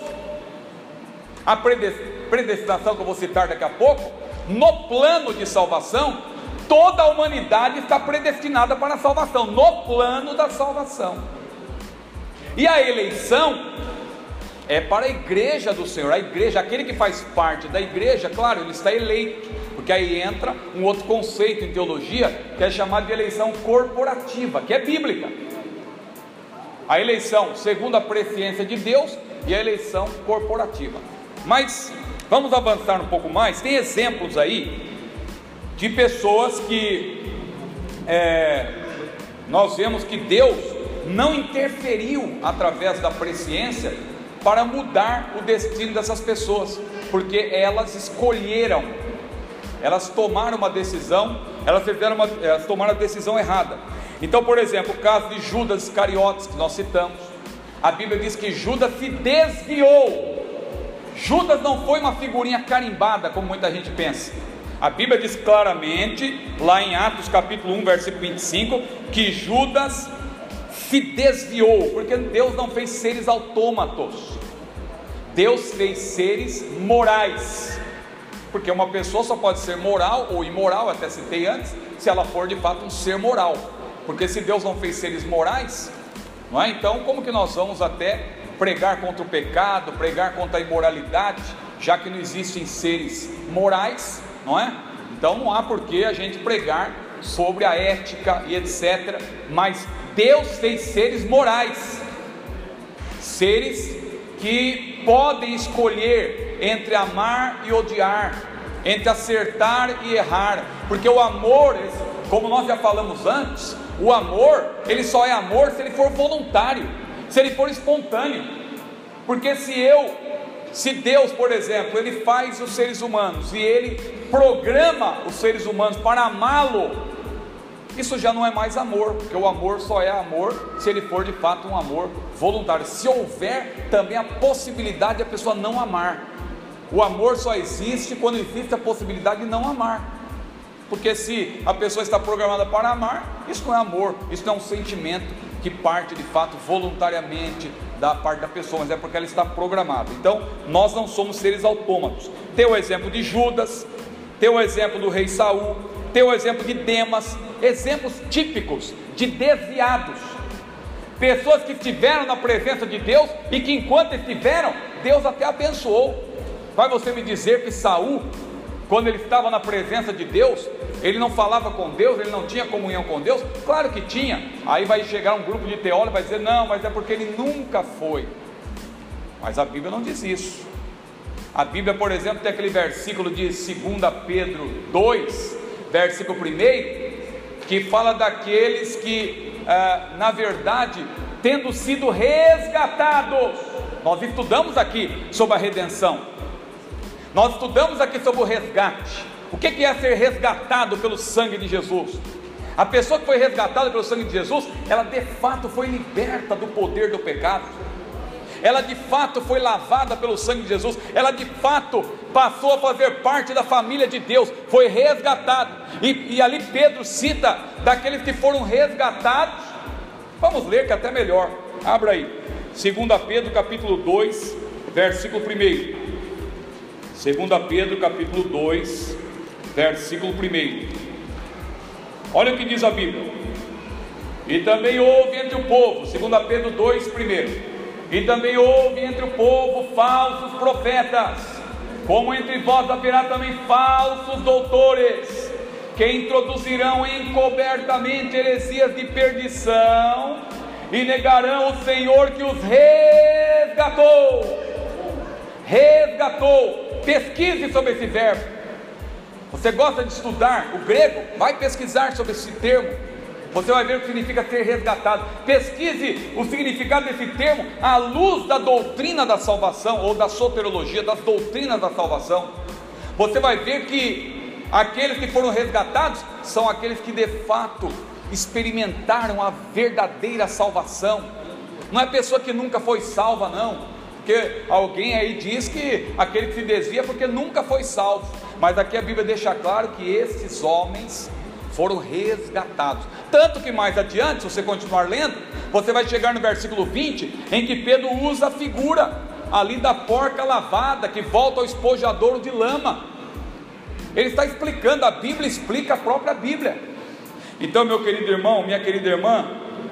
A predestinação que eu vou citar daqui a pouco, no plano de salvação, toda a humanidade está predestinada para a salvação, no plano da salvação. E a eleição é para a igreja do Senhor. A igreja, aquele que faz parte da igreja, claro, ele está eleito, porque aí entra um outro conceito em teologia, que é chamado de eleição corporativa, que é bíblica. A eleição segundo a presciência de Deus e a eleição corporativa. Mas vamos avançar um pouco mais. Tem exemplos aí de pessoas que é, nós vemos que Deus não interferiu através da presciência para mudar o destino dessas pessoas, porque elas escolheram, elas tomaram uma decisão, elas, fizeram uma, elas tomaram a decisão errada. Então, por exemplo, o caso de Judas Iscariotes, que nós citamos, a Bíblia diz que Judas se desviou. Judas não foi uma figurinha carimbada, como muita gente pensa. A Bíblia diz claramente, lá em Atos capítulo um, versículo vinte e cinco, que Judas se desviou, porque Deus não fez seres autômatos, Deus fez seres morais, porque uma pessoa só pode ser moral ou imoral, até citei antes, se ela for de fato um ser moral, porque se Deus não fez seres morais, não é? Então como que nós vamos até pregar contra o pecado, pregar contra a imoralidade, já que não existem seres morais, não é? Então não há por que a gente pregar sobre a ética e etcétera, mas Deus fez seres morais, seres que podem escolher entre amar e odiar, entre acertar e errar, porque o amor, como nós já falamos antes, o amor, ele só é amor se ele for voluntário, se ele for espontâneo, porque se eu, se Deus, por exemplo, ele faz os seres humanos, e ele programa os seres humanos para amá-lo, isso já não é mais amor, porque o amor só é amor se ele for de fato um amor voluntário, se houver também a possibilidade de a pessoa não amar. O amor só existe quando existe a possibilidade de não amar, porque se a pessoa está programada para amar, isso não é amor, isso não é um sentimento que parte de fato voluntariamente da parte da pessoa, mas é porque ela está programada. Então nós não somos seres autômatos. Tem o exemplo de Judas, tem o exemplo do rei Saul, tem o exemplo de Demas, exemplos típicos de desviados, pessoas que estiveram na presença de Deus e que enquanto estiveram, Deus até abençoou. Vai você me dizer que Saul, quando ele estava na presença de Deus, ele não falava com Deus, ele não tinha comunhão com Deus? Claro que tinha. Aí vai chegar um grupo de teólogos e vai dizer, não, mas é porque ele nunca foi. Mas a Bíblia não diz isso. A Bíblia, por exemplo, tem aquele versículo de segunda Pedro dois, versículo primeiro, que fala daqueles que, ah, na verdade, tendo sido resgatados, nós estudamos aqui sobre a redenção, nós estudamos aqui sobre o resgate. O que é ser resgatado pelo sangue de Jesus? A pessoa que foi resgatada pelo sangue de Jesus, ela de fato foi liberta do poder do pecado, ela de fato foi lavada pelo sangue de Jesus, ela de fato passou a fazer parte da família de Deus, foi resgatado. E, e ali Pedro cita daqueles que foram resgatados. Vamos ler que é até melhor. Abra aí, segunda Pedro capítulo dois, versículo primeiro. segunda Pedro capítulo dois, versículo primeiro. Olha o que diz a Bíblia. E também houve entre o povo, segunda Pedro dois, primeiro. E também houve entre o povo falsos profetas, como entre vós haverá também falsos doutores, que introduzirão encobertamente heresias de perdição e negarão o Senhor que os resgatou. Resgatou. Pesquise sobre esse verbo. Você gosta de estudar o grego? Vai pesquisar sobre esse termo. Você vai ver o que significa ser resgatado. Pesquise o significado desse termo à luz da doutrina da salvação, ou da soteriologia, das doutrinas da salvação. Você vai ver que aqueles que foram resgatados são aqueles que de fato experimentaram a verdadeira salvação. Não é pessoa que nunca foi salva, não. Porque alguém aí diz que aquele que se desvia é porque nunca foi salvo. Mas aqui a Bíblia deixa claro que esses homens foram resgatados. Tanto que mais adiante, se você continuar lendo, você vai chegar no versículo vinte, em que Pedro usa a figura ali da porca lavada, que volta ao espojadouro de lama. Ele está explicando, a Bíblia explica a própria Bíblia. Então, meu querido irmão, minha querida irmã,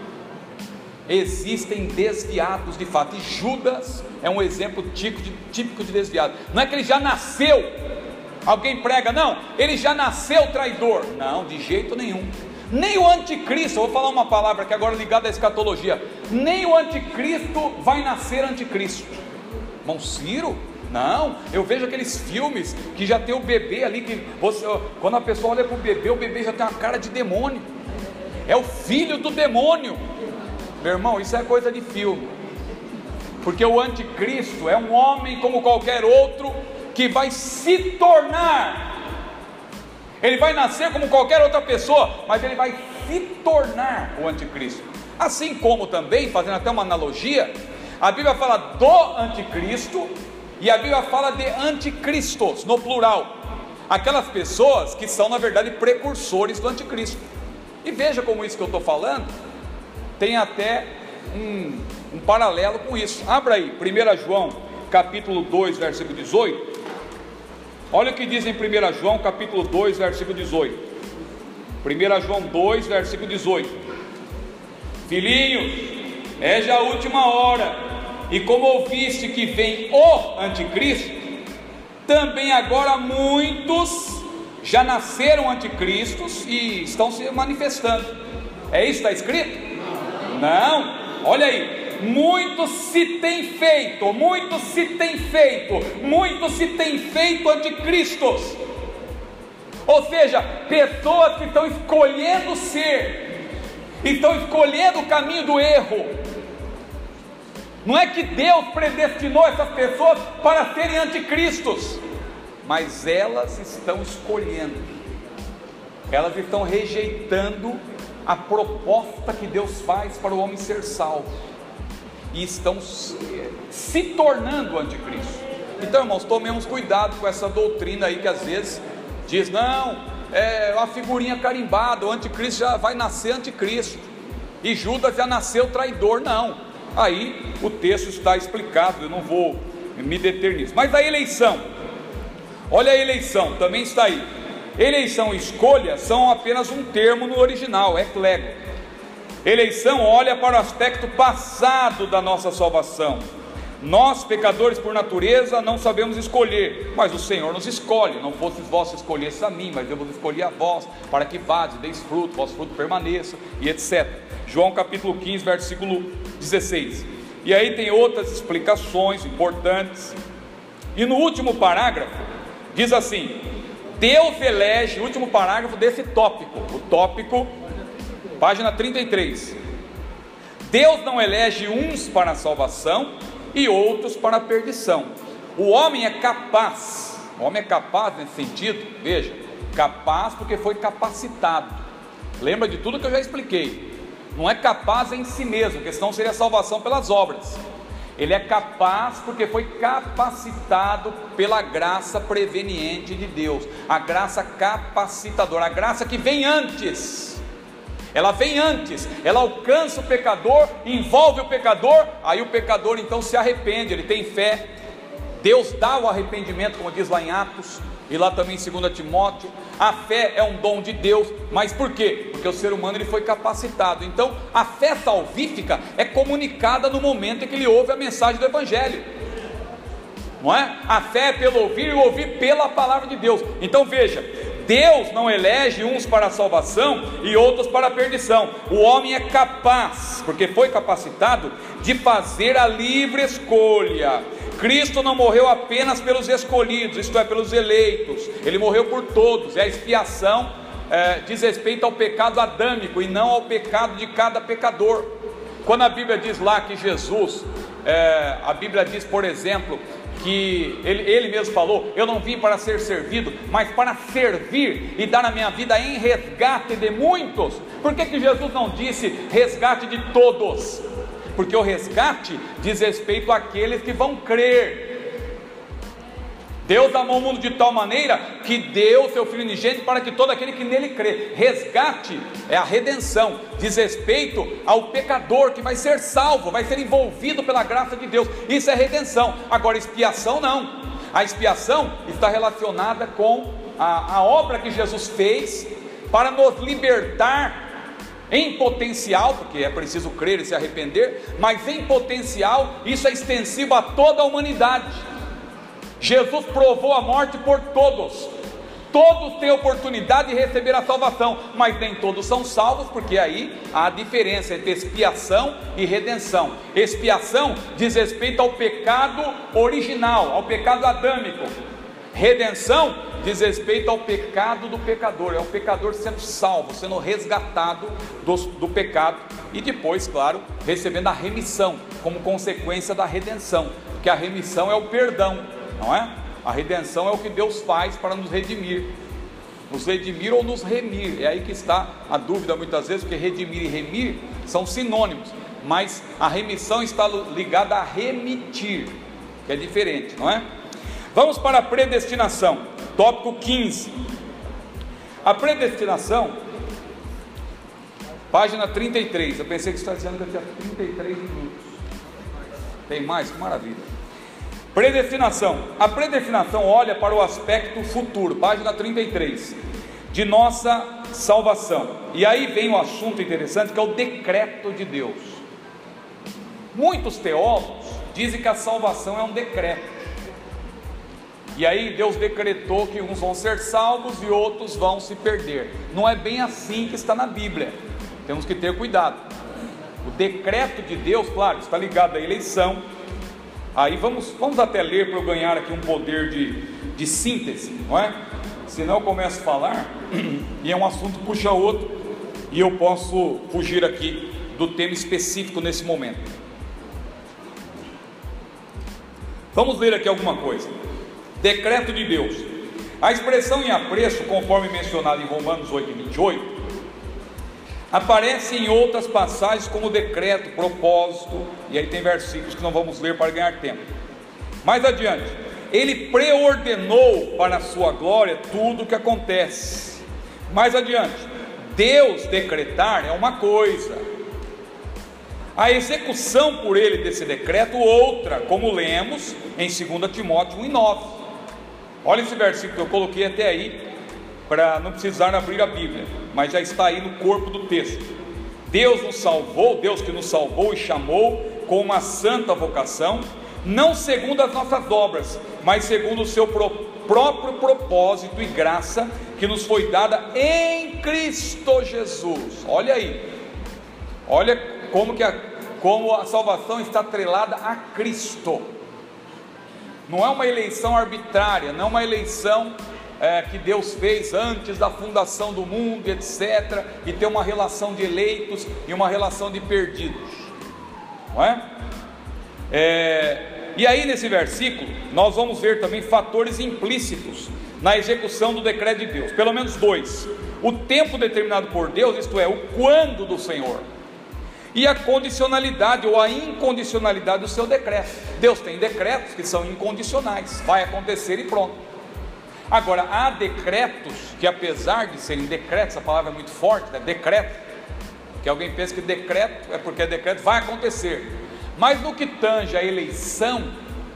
existem desviados de fato, e Judas é um exemplo típico de, típico de desviado. Não é que ele já nasceu, alguém prega, não, ele já nasceu traidor. Não, de jeito nenhum. Nem o anticristo, eu vou falar uma palavra que agora ligada à escatologia, nem o anticristo vai nascer anticristo. Irmão Ciro, não, eu vejo aqueles filmes que já tem o bebê ali, que você, quando a pessoa olha para o bebê, o bebê já tem uma cara de demônio, é o filho do demônio. Meu irmão, isso é coisa de filme, porque o anticristo é um homem como qualquer outro, que vai se tornar, ele vai nascer como qualquer outra pessoa, mas ele vai se tornar o anticristo. Assim como também, fazendo até uma analogia, a Bíblia fala do anticristo, e a Bíblia fala de anticristos, no plural, aquelas pessoas que são na verdade precursores do anticristo. E veja como isso que eu estou falando tem até um, um paralelo com isso. Abra aí, primeiro João capítulo dois, versículo dezoito. Olha o que diz em primeiro João capítulo dois, versículo dezoito. primeiro João dois, versículo dezoito. Filhinhos, é já a última hora, e como ouviste que vem o anticristo, também agora muitos já nasceram anticristos e estão se manifestando. É isso que está escrito? Não, olha aí. Muitos se tem feito, muitos se tem feito, muitos se tem feito anticristos. Ou seja, pessoas que estão escolhendo ser, estão escolhendo o caminho do erro. Não é que Deus predestinou essas pessoas para serem anticristos, mas elas estão escolhendo, elas estão rejeitando a proposta que Deus faz para o homem ser salvo, e estão se tornando anticristo. Então, irmãos, tomemos cuidado com essa doutrina aí que às vezes diz, não, é uma figurinha carimbada, o anticristo já vai nascer anticristo, e Judas já nasceu traidor. Não, aí o texto está explicado, eu não vou me deter nisso. Mas a eleição, olha a eleição, também está aí. Eleição e escolha são apenas um termo no original, é clego. Eleição olha para o aspecto passado da nossa salvação. Nós, pecadores por natureza, não sabemos escolher, mas o Senhor nos escolhe. Não fostes vós que escolhestes a mim, mas eu vos escolhi a vós, para que vades, deis fruto, vosso fruto permaneça, e etcétera. João capítulo quinze, versículo dezesseis. E aí tem outras explicações importantes. E no último parágrafo, diz assim: Deus elege, último parágrafo desse tópico, o tópico, página trinta e três. Deus não elege uns para a salvação e outros para a perdição. O homem é capaz, o homem é capaz nesse sentido, veja, capaz porque foi capacitado. Lembra de tudo que eu já expliquei. Não é capaz em si mesmo, porque senão seria salvação pelas obras. Ele é capaz porque foi capacitado pela graça preveniente de Deus, a graça capacitadora, a graça que vem antes. Ela vem antes, ela alcança o pecador, envolve o pecador, aí o pecador então se arrepende, ele tem fé, Deus dá o arrependimento, como diz lá em Atos, e lá também em dois Timóteo. A fé é um dom de Deus, mas por quê? Porque o ser humano ele foi capacitado. Então a fé salvífica é comunicada no momento em que ele ouve a mensagem do Evangelho, não é? A fé é pelo ouvir e o ouvir pela palavra de Deus. Então veja, Deus não elege uns para a salvação e outros para a perdição. O homem é capaz, porque foi capacitado, de fazer a livre escolha. Cristo não morreu apenas pelos escolhidos, isto é, pelos eleitos. Ele morreu por todos. É a expiação, é, diz respeito ao pecado adâmico e não ao pecado de cada pecador. Quando a Bíblia diz lá que Jesus, é, a Bíblia diz, por exemplo, que ele, ele mesmo falou: eu não vim para ser servido, mas para servir e dar a minha vida em resgate de muitos. Por que que Jesus não disse resgate de todos? Porque o resgate diz respeito àqueles que vão crer. Deus amou o mundo de tal maneira que deu o seu Filho unigênito para que todo aquele que nele crê. Resgate é a redenção, diz respeito ao pecador que vai ser salvo, vai ser envolvido pela graça de Deus. Isso é redenção. Agora, expiação não. A expiação está relacionada com a, a obra que Jesus fez para nos libertar em potencial, porque é preciso crer e se arrepender, mas em potencial isso é extensivo a toda a humanidade. Jesus provou a morte por todos. Todos têm oportunidade de receber a salvação, mas nem todos são salvos, porque aí há a diferença entre expiação e redenção. Expiação diz respeito ao pecado original, ao pecado adâmico. Redenção diz respeito ao pecado do pecador, é o pecador sendo salvo, sendo resgatado do, do pecado, e depois, claro, recebendo a remissão, como consequência da redenção, porque a remissão é o perdão, não é? A redenção é o que Deus faz para nos redimir, nos redimir ou nos remir. É aí que está a dúvida muitas vezes, porque redimir e remir são sinônimos, mas a remissão está ligada a remitir, que é diferente, não é? Vamos para a predestinação, tópico quinze. A predestinação, página trinta e três. Eu pensei que você está dizendo que eu tinha trinta e três minutos. Tem mais? Que maravilha. Predestinação. A predestinação olha para o aspecto futuro, página trinta e três, de nossa salvação. E aí vem um assunto interessante, que é o decreto de Deus. Muitos teólogos dizem que a salvação é um decreto. E aí Deus decretou que uns vão ser salvos e outros vão se perder. Não é bem assim que está na Bíblia. Temos que ter cuidado. O decreto de Deus, claro, está ligado à eleição. Aí vamos, vamos até ler para eu ganhar aqui um poder de, de síntese, não é? Senão eu começo a falar e é um assunto puxa outro, e eu posso fugir aqui do tema específico nesse momento. Vamos ler aqui alguma coisa. Decreto de Deus. A expressão em apreço, conforme mencionado em Romanos oito, vinte e oito, aparece em outras passagens como decreto, propósito, e aí tem versículos que não vamos ler para ganhar tempo. Mais adiante, ele preordenou para a sua glória tudo o que acontece. Mais adiante, Deus decretar é uma coisa, a execução por ele desse decreto outra, como lemos em dois Timóteo um e nove. Olha esse versículo que eu coloquei até aí, para não precisar abrir a Bíblia, mas já está aí no corpo do texto. Deus nos salvou, Deus que nos salvou e chamou com uma santa vocação, não segundo as nossas obras, mas segundo o seu pro, próprio propósito e graça, que nos foi dada em Cristo Jesus. Olha aí, olha como, que a, como a salvação está atrelada a Cristo. Não é uma eleição arbitrária, não é uma eleição é, que Deus fez antes da fundação do mundo, etcétera, e tem uma relação de eleitos e uma relação de perdidos, não é? É, e aí nesse versículo nós vamos ver também fatores implícitos na execução do decreto de Deus, pelo menos dois: o tempo determinado por Deus, isto é, o quando do Senhor, e a condicionalidade ou a incondicionalidade do seu decreto. Deus tem decretos que são incondicionais, vai acontecer e pronto. Agora, há decretos que, apesar de serem decretos, a palavra é muito forte, né? Decreto, que alguém pensa que decreto é porque é decreto, vai acontecer. Mas no que tange a eleição,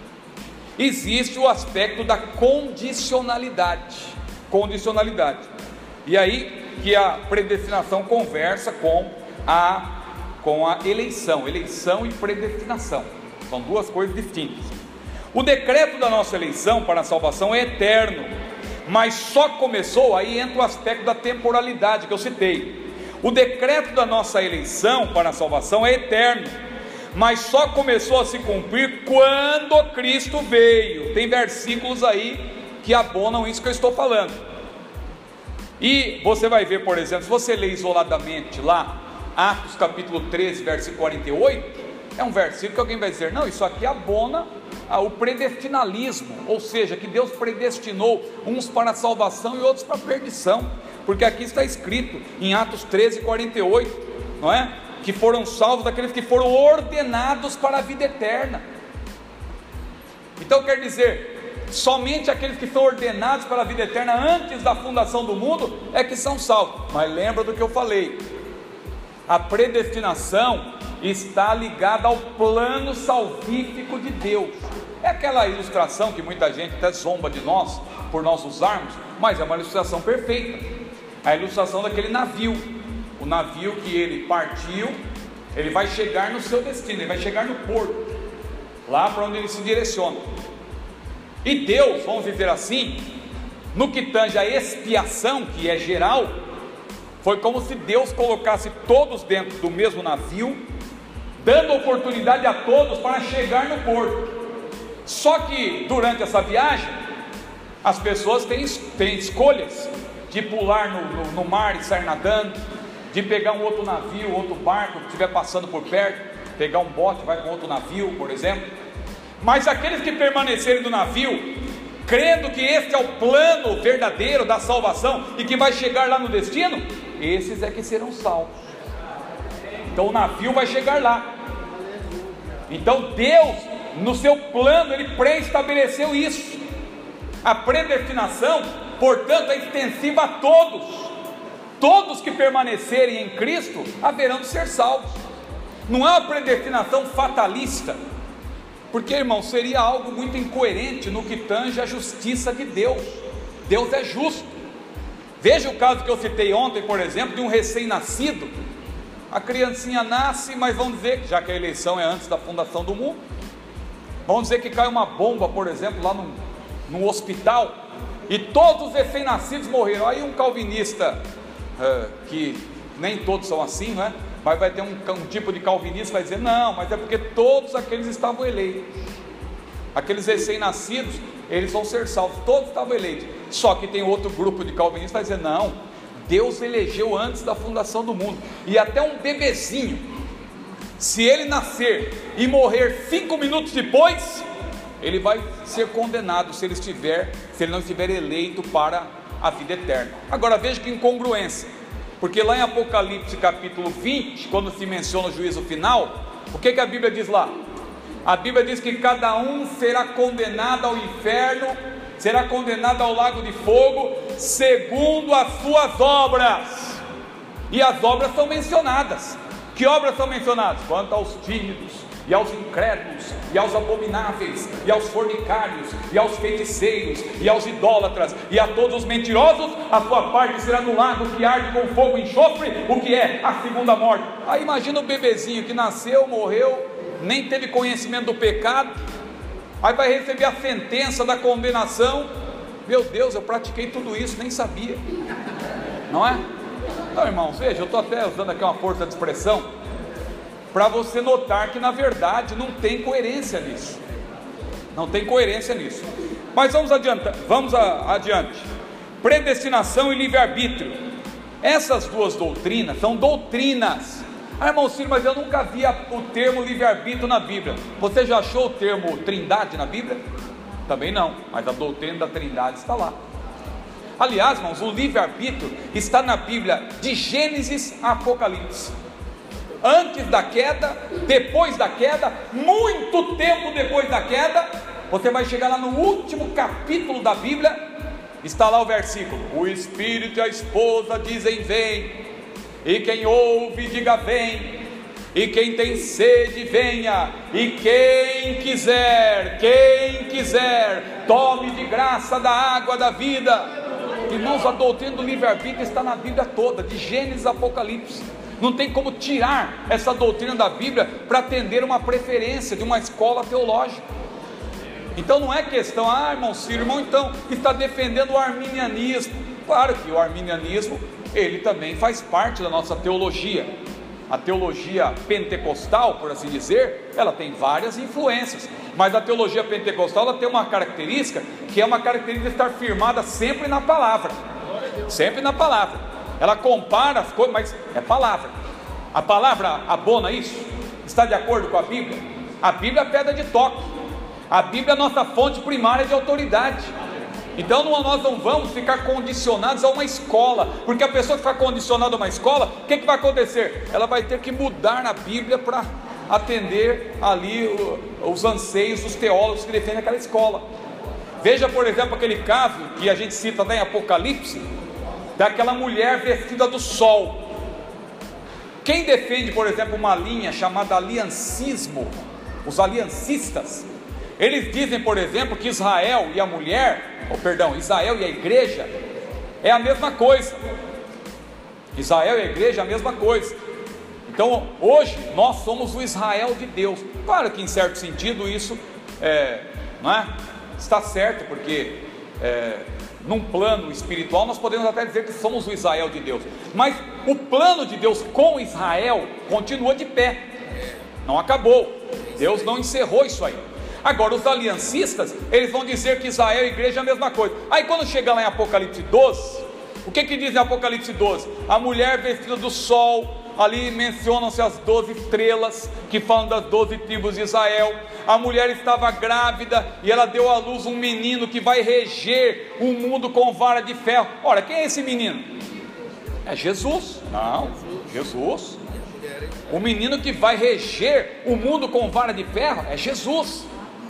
existe o aspecto da condicionalidade. Condicionalidade. E aí que a predestinação conversa com a com a eleição, eleição e predestinação, são duas coisas distintas. O decreto da nossa eleição para a salvação é eterno, mas só começou, aí entra o aspecto da temporalidade que eu citei. O decreto da nossa eleição para a salvação é eterno, mas só começou a se cumprir quando Cristo veio. Tem versículos aí que abonam isso que eu estou falando. E você vai ver, por exemplo, se você ler isoladamente lá, Atos capítulo treze, versículo quarenta e oito, é um versículo que alguém vai dizer, não, isso aqui abona o predestinalismo, ou seja, que Deus predestinou uns para a salvação e outros para a perdição, porque aqui está escrito em Atos treze, quarenta e oito, não é? Que foram salvos aqueles que foram ordenados para a vida eterna. Então quer dizer, somente aqueles que são ordenados para a vida eterna antes da fundação do mundo é que são salvos. Mas lembra do que eu falei, a predestinação está ligada ao plano salvífico de Deus. É aquela ilustração que muita gente até zomba de nós por nós usarmos, mas é uma ilustração perfeita. A ilustração daquele navio, o navio que ele partiu, ele vai chegar no seu destino, ele vai chegar no porto, lá para onde ele se direciona. E Deus, vamos dizer assim, no que tange a expiação, que é geral, foi como se Deus colocasse todos dentro do mesmo navio, dando oportunidade a todos para chegar no porto. Só que durante essa viagem, as pessoas têm, têm escolhas de pular no, no, no mar e sair nadando, de pegar um outro navio, outro barco que estiver passando por perto, pegar um bote, vai com outro navio, por exemplo. Mas aqueles que permanecerem no navio, crendo que este é o plano verdadeiro da salvação e que vai chegar lá no destino, esses é que serão salvos. Então o navio vai chegar lá. Então Deus, no seu plano, Ele pré-estabeleceu isso. A predestinação, portanto, é extensiva a todos. Todos que permanecerem em Cristo haverão de ser salvos. Não é uma predestinação fatalista, porque, irmão, seria algo muito incoerente no que tange a justiça de Deus. Deus é justo. Veja o caso que eu citei ontem, por exemplo, de um recém-nascido. A criancinha nasce, mas vamos dizer, já que a eleição é antes da fundação do mundo, vamos dizer que cai uma bomba, por exemplo, lá num, num hospital, e todos os recém-nascidos morreram. Aí um calvinista, uh, que nem todos são assim, não é? Mas vai ter um, um tipo de calvinista que vai dizer, não, mas é porque todos aqueles estavam eleitos. Aqueles recém-nascidos, eles vão ser salvos, todos estavam eleitos. Só que tem outro grupo de calvinistas que vai dizer, não, Deus elegeu antes da fundação do mundo. E até um bebezinho, se ele nascer e morrer cinco minutos depois, ele vai ser condenado se ele estiver, se ele não estiver eleito para a vida eterna. Agora veja que incongruência, porque lá em Apocalipse capítulo vinte, quando se menciona o juízo final, o que, que a Bíblia diz lá? A Bíblia diz que cada um será condenado ao inferno, será condenado ao lago de fogo, segundo as suas obras. E as obras são mencionadas. Que obras são mencionadas? Quanto aos tímidos, e aos incrédulos, e aos abomináveis, e aos fornicários, e aos feiticeiros, e aos idólatras, e a todos os mentirosos, a sua parte será no lago que arde com fogo e enxofre, o que é a segunda morte. Aí imagina o bebezinho que nasceu, morreu, nem teve conhecimento do pecado, aí vai receber a sentença da condenação. Meu Deus, eu pratiquei tudo isso, nem sabia, não é? Então, irmãos, veja, eu estou até usando aqui uma força de expressão, para você notar que na verdade não tem coerência nisso, não tem coerência nisso. Mas vamos adiante, vamos a, adiante. Predestinação e livre-arbítrio, essas duas doutrinas são doutrinas. Ah, irmão Ciro, mas eu nunca vi o termo livre-arbítrio na Bíblia. Você já achou o termo trindade na Bíblia? Também não, mas a doutrina da trindade está lá. Aliás, irmãos, o livre-arbítrio está na Bíblia de Gênesis a Apocalipse. Antes da queda, depois da queda, muito tempo depois da queda, você vai chegar lá no último capítulo da Bíblia, está lá o versículo: o Espírito e a esposa dizem vem, e quem ouve diga vem, e quem tem sede venha, e quem quiser, quem quiser, tome de graça da água da vida. Irmãos, a doutrina do livre-arbítrio está na Bíblia toda, de Gênesis a Apocalipse. Não tem como tirar essa doutrina da Bíblia para atender uma preferência de uma escola teológica. Então não é questão, ah, irmão Ciro, irmão, então está defendendo o arminianismo. Claro que o arminianismo, ele também faz parte da nossa teologia. A teologia pentecostal, por assim dizer, ela tem várias influências, mas a teologia pentecostal, ela tem uma característica, que é uma característica de estar firmada sempre na palavra, sempre na palavra. Ela compara as coisas, mas é palavra. A palavra abona isso? Está de acordo com a Bíblia? A Bíblia é a pedra de toque, a Bíblia é a nossa fonte primária de autoridade. Então nós não vamos ficar condicionados a uma escola, porque a pessoa que ficar condicionada a uma escola, o que, que vai acontecer? Ela vai ter que mudar na Bíblia para atender ali os anseios dos teólogos que defendem aquela escola. Veja, por exemplo, aquele caso que a gente cita até em Apocalipse, daquela mulher vestida do sol. Quem defende, por exemplo, uma linha chamada aliancismo, os aliancistas, eles dizem, por exemplo, que Israel e a mulher, ou perdão, Israel e a igreja é a mesma coisa. Israel e a igreja é a mesma coisa. Então hoje nós somos o Israel de Deus. Claro que em certo sentido isso é, não é? Está certo, porque é, num plano espiritual nós podemos até dizer que somos o Israel de Deus, mas o plano de Deus com Israel continua de pé, não acabou. Deus não encerrou isso aí. Agora os aliancistas, eles vão dizer que Israel e a igreja é a mesma coisa. Aí quando chega lá em Apocalipse doze, o que que diz em Apocalipse doze? A mulher vestida do sol, ali mencionam-se as doze estrelas, que falam das doze tribos de Israel. A mulher estava grávida, e ela deu à luz um menino que vai reger o mundo com vara de ferro. Ora, quem é esse menino? É Jesus? Não, Jesus. O menino que vai reger o mundo com vara de ferro é Jesus.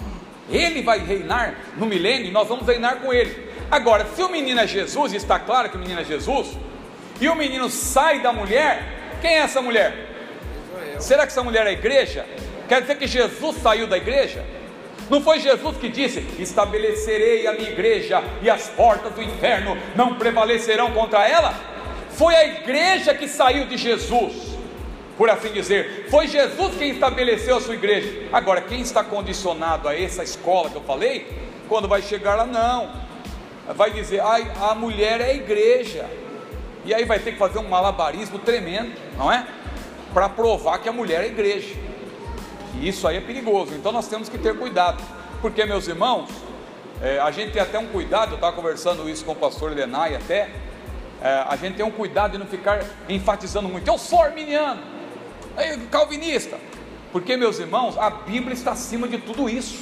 Ele vai reinar no milênio e nós vamos reinar com ele. Agora, se o menino é Jesus, e está claro que o menino é Jesus, e o menino sai da mulher, quem é essa mulher? Israel. Será que essa mulher é a igreja? Quer dizer que Jesus saiu da igreja? Não foi Jesus que disse: estabelecerei a minha igreja e as portas do inferno não prevalecerão contra ela? Foi a igreja que saiu de Jesus, por assim dizer. Foi Jesus quem estabeleceu a sua igreja. Agora, quem está condicionado a essa escola que eu falei, quando vai chegar lá, não, vai dizer: ai, a mulher é a igreja, e aí vai ter que fazer um malabarismo tremendo, não é? Para provar que a mulher é a igreja. E isso aí é perigoso. Então nós temos que ter cuidado, porque, meus irmãos, é, a gente tem até um cuidado. Eu estava conversando isso com o pastor Lenay até, é, a gente tem um cuidado de não ficar enfatizando muito: eu sou arminiano, aí, calvinista, porque, meus irmãos, a Bíblia está acima de tudo isso.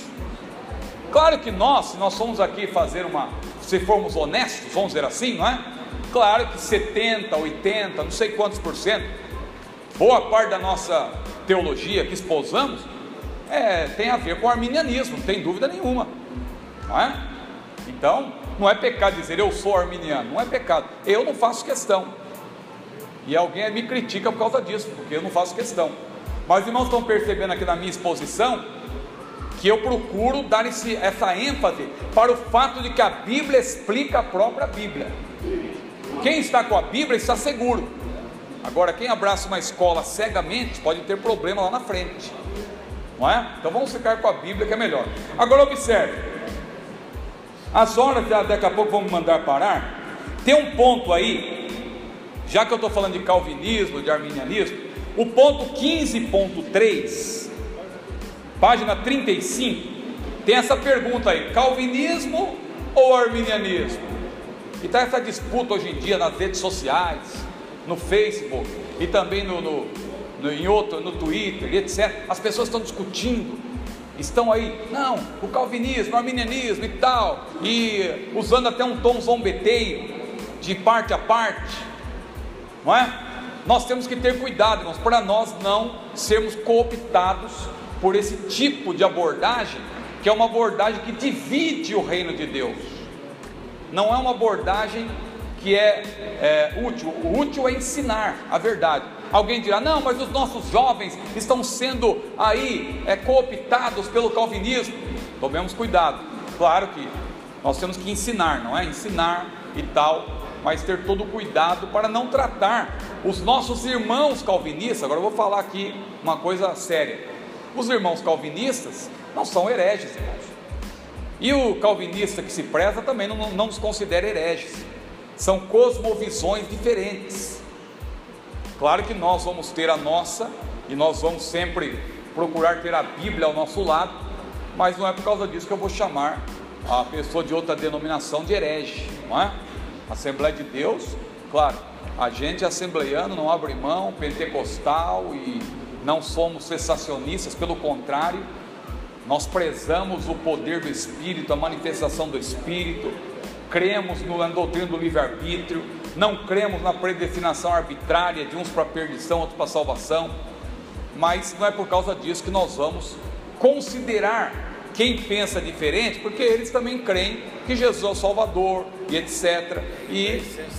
Claro que nós, se nós formos aqui fazer uma, se formos honestos, vamos dizer assim, não é? Claro que setenta, oitenta, não sei quantos por cento, boa parte da nossa teologia que esposamos é, tem a ver com o arminianismo, não tem dúvida nenhuma, não é? Então não é pecado dizer eu sou arminiano, não é pecado. Eu não faço questão, e alguém me critica por causa disso, porque eu não faço questão. Mas os irmãos estão percebendo aqui na minha exposição que eu procuro dar esse, essa ênfase para o fato de que a Bíblia explica a própria Bíblia. Quem está com a Bíblia está seguro. Agora, quem abraça uma escola cegamente pode ter problema lá na frente, não é? Então vamos ficar com a Bíblia, que é melhor. Agora observe, as horas já daqui a pouco vamos mandar parar. Tem um ponto aí, já que eu estou falando de calvinismo, de arminianismo, o ponto quinze ponto três, página trinta e cinco, tem essa pergunta aí: calvinismo ou arminianismo? E está essa disputa hoje em dia nas redes sociais, no Facebook e também no, no, no, em outro, no Twitter, etcétera. As pessoas estão discutindo, estão aí, não, o calvinismo, o arminianismo e tal, e usando até um tom zombeteiro, de parte a parte, não é? Nós temos que ter cuidado, irmãos, para nós não sermos cooptados por esse tipo de abordagem, que é uma abordagem que divide o reino de Deus. Não é uma abordagem que é, é útil. O útil é ensinar a verdade. Alguém dirá: não, mas os nossos jovens estão sendo aí é, cooptados pelo calvinismo. Tomemos cuidado. Claro que nós temos que ensinar, não é? Ensinar e tal, mas ter todo o cuidado para não tratar os nossos irmãos calvinistas. Agora eu vou falar aqui uma coisa séria: os irmãos calvinistas não são hereges, irmãos. E o calvinista que se preza também não, não nos considera hereges. São cosmovisões diferentes. Claro que nós vamos ter a nossa, e nós vamos sempre procurar ter a Bíblia ao nosso lado, mas não é por causa disso que eu vou chamar a pessoa de outra denominação de herege, não é? Assembleia de Deus, claro, a gente assembleiano não abre mão, pentecostal, e não somos cessacionistas, pelo contrário, nós prezamos o poder do Espírito, a manifestação do Espírito, cremos na doutrina do livre-arbítrio, não cremos na predestinação arbitrária de uns para perdição, outros para salvação, mas não é por causa disso que nós vamos considerar quem pensa diferente, porque eles também creem que Jesus é o Salvador, e etcétera, e,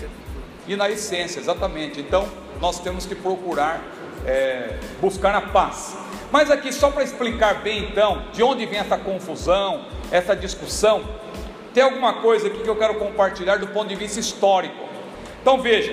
e na essência, exatamente. Então nós temos que procurar é, buscar a paz. Mas aqui, só para explicar bem então, de onde vem essa confusão, essa discussão, tem alguma coisa aqui que eu quero compartilhar do ponto de vista histórico. Então veja,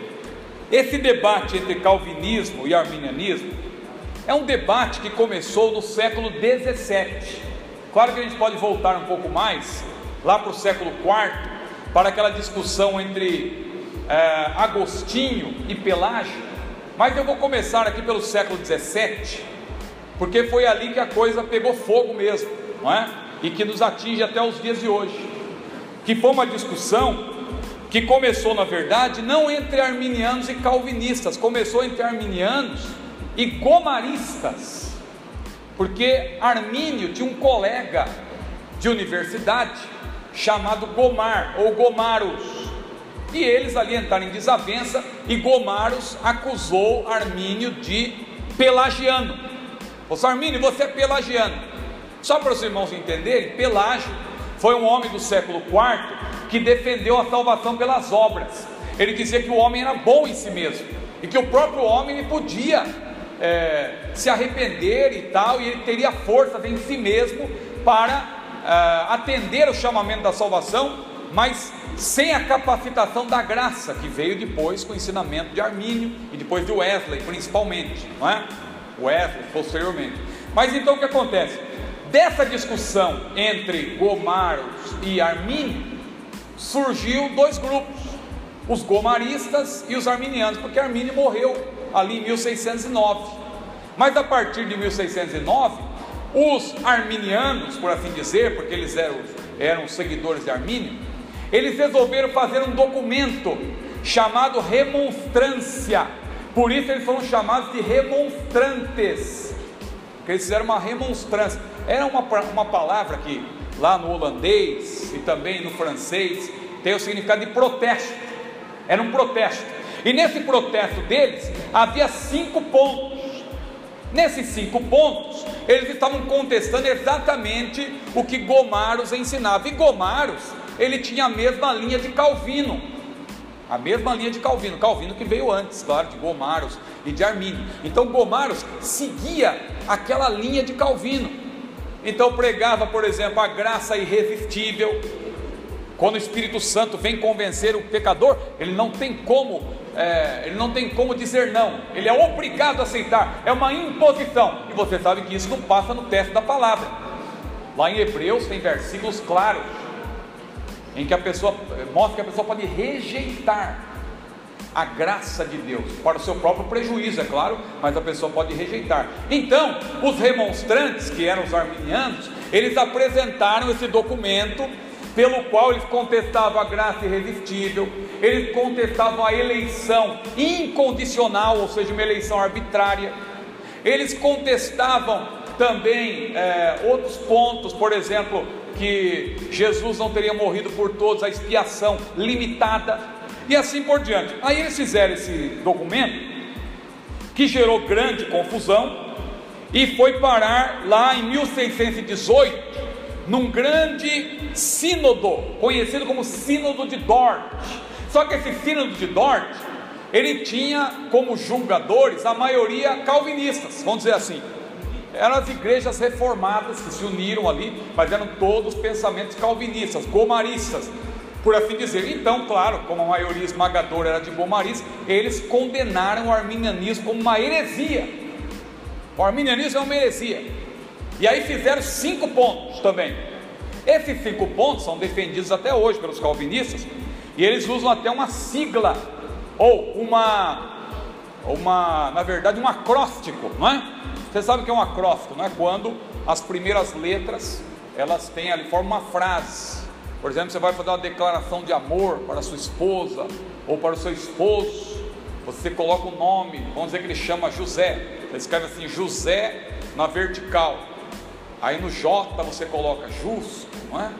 esse debate entre calvinismo e arminianismo é um debate que começou no século dezessete. Claro que a gente pode voltar um pouco mais, lá para o século quarto, para aquela discussão entre é, Agostinho e Pelágio, mas eu vou começar aqui pelo século dezessete, porque foi ali que a coisa pegou fogo mesmo, não é? E que nos atinge até os dias de hoje, que foi uma discussão que começou, na verdade, não entre arminianos e calvinistas, começou entre arminianos e gomaristas, porque Armínio tinha um colega de universidade chamado Gomar, ou Gomarus, e eles ali entraram em desavença, e Gomarus acusou Armínio de pelagiano. Ô Armínio, você é pelagiano. Só para os irmãos entenderem, Pelágio foi um homem do século quarto que defendeu a salvação pelas obras. Ele dizia que o homem era bom em si mesmo, e que o próprio homem ele podia é, se arrepender e tal, e ele teria forças em si mesmo para é, atender o chamamento da salvação, mas sem a capacitação da graça, que veio depois com o ensinamento de Armínio, e depois de Wesley principalmente, não é? Wesley posteriormente. Mas então o que acontece? Dessa discussão entre Gomarus e Armínio, surgiu dois grupos, os gomaristas e os arminianos, porque Armínio morreu ali em mil seiscentos e nove, mas a partir de mil seiscentos e nove, os arminianos, por assim dizer, porque eles eram, eram seguidores de Armínio, eles resolveram fazer um documento chamado remonstrância, por isso eles foram chamados de remonstrantes, porque eles fizeram uma remonstrância, era uma, uma palavra que lá no holandês e também no francês tem o significado de protesto, era um protesto, e nesse protesto deles havia cinco pontos. Nesses cinco pontos eles estavam contestando exatamente o que Gomarus ensinava, e Gomarus ele tinha a mesma linha de Calvino, a mesma linha de Calvino, Calvino que veio antes, claro, de Gomarus e de Armínio. Então Gomarus seguia aquela linha de Calvino, então pregava, por exemplo, a graça irresistível. Quando o Espírito Santo vem convencer o pecador, ele não tem como, é, ele não tem como dizer não, ele é obrigado a aceitar, é uma imposição, e você sabe que isso não passa no teste da palavra. Lá em Hebreus tem versículos claros, em que a pessoa, mostra que a pessoa pode rejeitar a graça de Deus, para o seu próprio prejuízo, é claro, mas a pessoa pode rejeitar. Então, os remonstrantes, que eram os arminianos, eles apresentaram esse documento, pelo qual eles contestavam a graça irresistível, eles contestavam a eleição incondicional, ou seja, uma eleição arbitrária, eles contestavam também é, outros pontos, por exemplo, que Jesus não teria morrido por todos, a expiação limitada, e assim por diante. Aí eles fizeram esse documento, que gerou grande confusão, e foi parar lá em mil seiscentos e dezoito, num grande sínodo, conhecido como Sínodo de Dort. Só que esse Sínodo de Dort, ele tinha como julgadores a maioria calvinistas, vamos dizer assim. Eram as igrejas reformadas que se uniram ali, mas eram todos pensamentos calvinistas, gomaristas, por assim dizer. Então, claro, como a maioria esmagadora era de gomaristas, eles condenaram o arminianismo como uma heresia. O arminianismo é uma heresia. E aí fizeram cinco pontos também. Esses cinco pontos são defendidos até hoje pelos calvinistas, e eles usam até uma sigla, ou uma, uma na verdade um acróstico, não é? Você sabe o que é um acróstico, não é? Quando as primeiras letras, elas têm ali, formam uma frase. Por exemplo, você vai fazer uma declaração de amor para a sua esposa, ou para o seu esposo, você coloca o nome, vamos dizer que ele chama José, você escreve assim, José na vertical, aí no J você coloca justo, não é?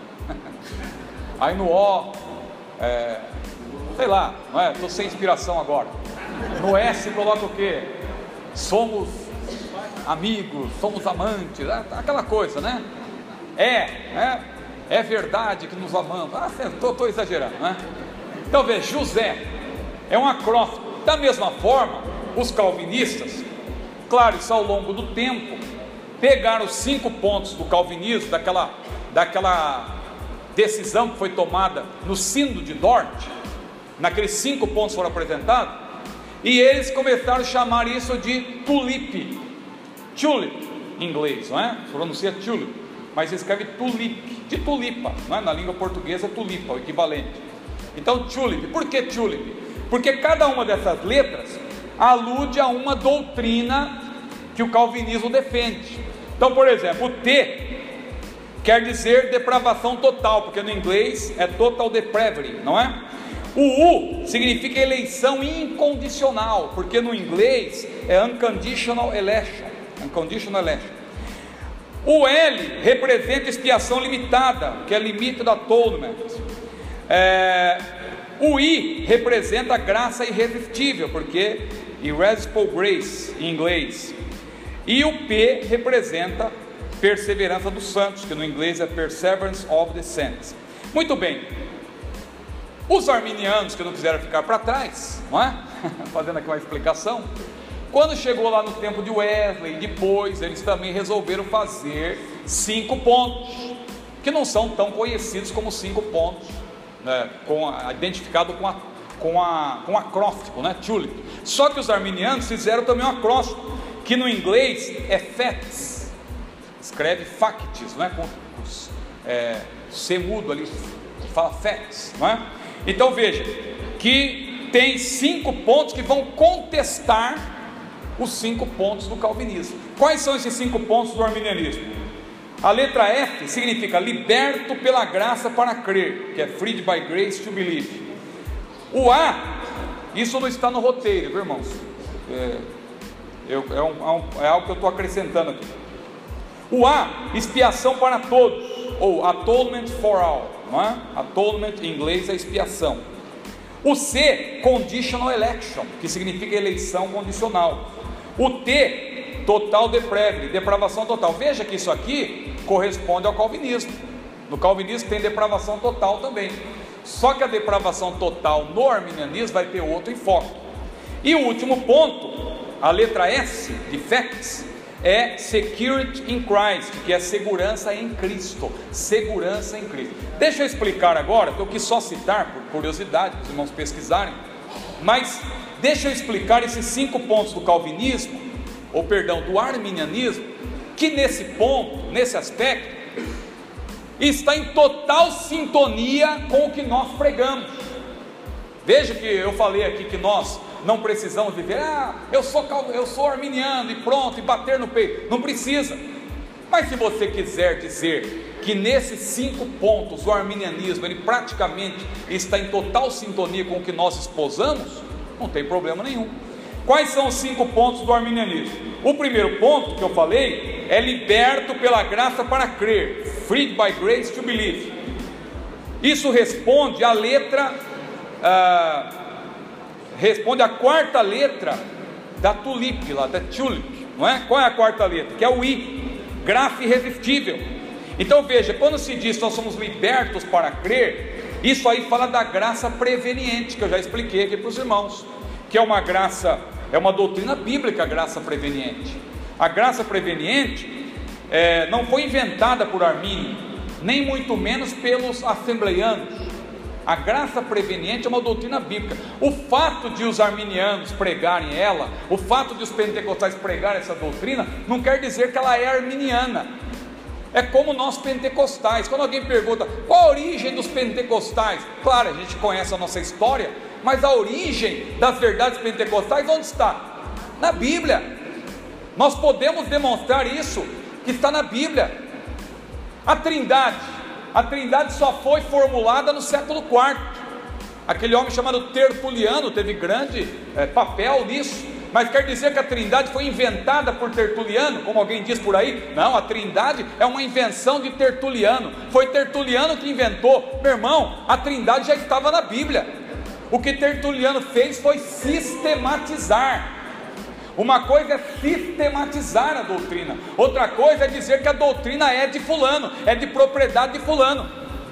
Aí no O, é, sei lá, não é? Estou sem inspiração agora. No S coloca o que? Somos amigos, somos amantes, aquela coisa, né? É, é, é verdade que nos amamos. Ah, estou exagerando, né? Então veja, José é um acróstico. Da mesma forma, os calvinistas, claro, isso ao longo do tempo, pegaram os cinco pontos do calvinismo, daquela, daquela decisão que foi tomada no Sínodo de Dort, naqueles cinco pontos foram apresentados, e eles começaram a chamar isso de tulip, tulip em inglês, não é? Se pronuncia tulip, mas se escreve tulip, de tulipa, não é? Na língua portuguesa é tulipa, o equivalente. Então tulip, por que tulip? Porque cada uma dessas letras alude a uma doutrina que o calvinismo defende. Então, por exemplo, o T quer dizer depravação total, porque no inglês é total depravity, não é? O U significa eleição incondicional, porque no inglês é unconditional election, unconditional election. O L representa expiação limitada, que é limited atonement. É, o I representa graça irresistível, porque irresistible grace em inglês. E o P representa perseverança dos santos, que no inglês é perseverance of the saints. Muito bem, os arminianos que não quiseram ficar para trás, não é? Fazendo aqui uma explicação, quando chegou lá no tempo de Wesley, depois eles também resolveram fazer cinco pontos, que não são tão conhecidos como cinco pontos, né, com a, identificado com a, com a, com acróstico, né, tulip. Só que os arminianos fizeram também um acróstico, que no inglês é facts, escreve facts, não é? Com é, C mudo ali, fala facts, não é? Então veja, que tem cinco pontos que vão contestar os cinco pontos do calvinismo. Quais são esses cinco pontos do arminianismo? A letra F significa liberto pela graça para crer, que é freed by grace to believe. O A, isso não está no roteiro, viu, irmãos? É, eu, é, um, é algo que eu estou acrescentando aqui. O A, expiação para todos, ou atonement for all, não é? Atonement em inglês é expiação. O C, conditional election, que significa eleição condicional. O T, total depravity, depravação total. Veja que isso aqui corresponde ao calvinismo. No calvinismo tem depravação total também. Só que a depravação total no arminianismo vai ter outro enfoque. E o último ponto, a letra S de facts, é security in Christ, que é segurança em Cristo. Segurança em Cristo. Deixa eu explicar agora, que eu quis só citar por curiosidade, para os irmãos pesquisarem, mas deixa eu explicar esses cinco pontos do calvinismo, ou perdão, do arminianismo, que nesse ponto, nesse aspecto, está em total sintonia com o que nós pregamos. Veja que eu falei aqui que nós não precisamos viver, ah, eu sou, eu sou arminiano e pronto, e bater no peito, não precisa. Mas se você quiser dizer que nesses cinco pontos o arminianismo, ele praticamente está em total sintonia com o que nós esposamos, não tem problema nenhum. Quais são os cinco pontos do arminianismo? O primeiro ponto que eu falei é liberto pela graça para crer, freed by grace to believe. Isso responde à letra ah, responde à quarta letra da tulip, lá, da tulip, não é? Qual é a quarta letra? Que é o I, graça irresistível. Então veja, quando se diz que nós somos libertos para crer, isso aí fala da graça preveniente, que eu já expliquei aqui para os irmãos, que é uma graça, é uma doutrina bíblica, a graça preveniente. A graça preveniente é, não foi inventada por Armínio, nem muito menos pelos assembleianos. A graça preveniente é uma doutrina bíblica. O fato de os arminianos pregarem ela, o fato de os pentecostais pregarem essa doutrina, não quer dizer que ela é arminiana. É como nós pentecostais. Quando alguém pergunta qual a origem dos pentecostais, claro, a gente conhece a nossa história, mas a origem das verdades pentecostais onde está? Na Bíblia. Nós podemos demonstrar isso, que está na Bíblia. A Trindade, a Trindade só foi formulada no século quarto. Aquele homem chamado Tertuliano teve grande é, papel nisso. Mas quer dizer que a Trindade foi inventada por Tertuliano, como alguém diz por aí? Não, a Trindade é uma invenção de Tertuliano. Foi Tertuliano que inventou. Meu irmão, a Trindade já estava na Bíblia. O que Tertuliano fez foi sistematizar. Uma coisa é sistematizar a doutrina, outra coisa é dizer que a doutrina é de fulano, é de propriedade de fulano.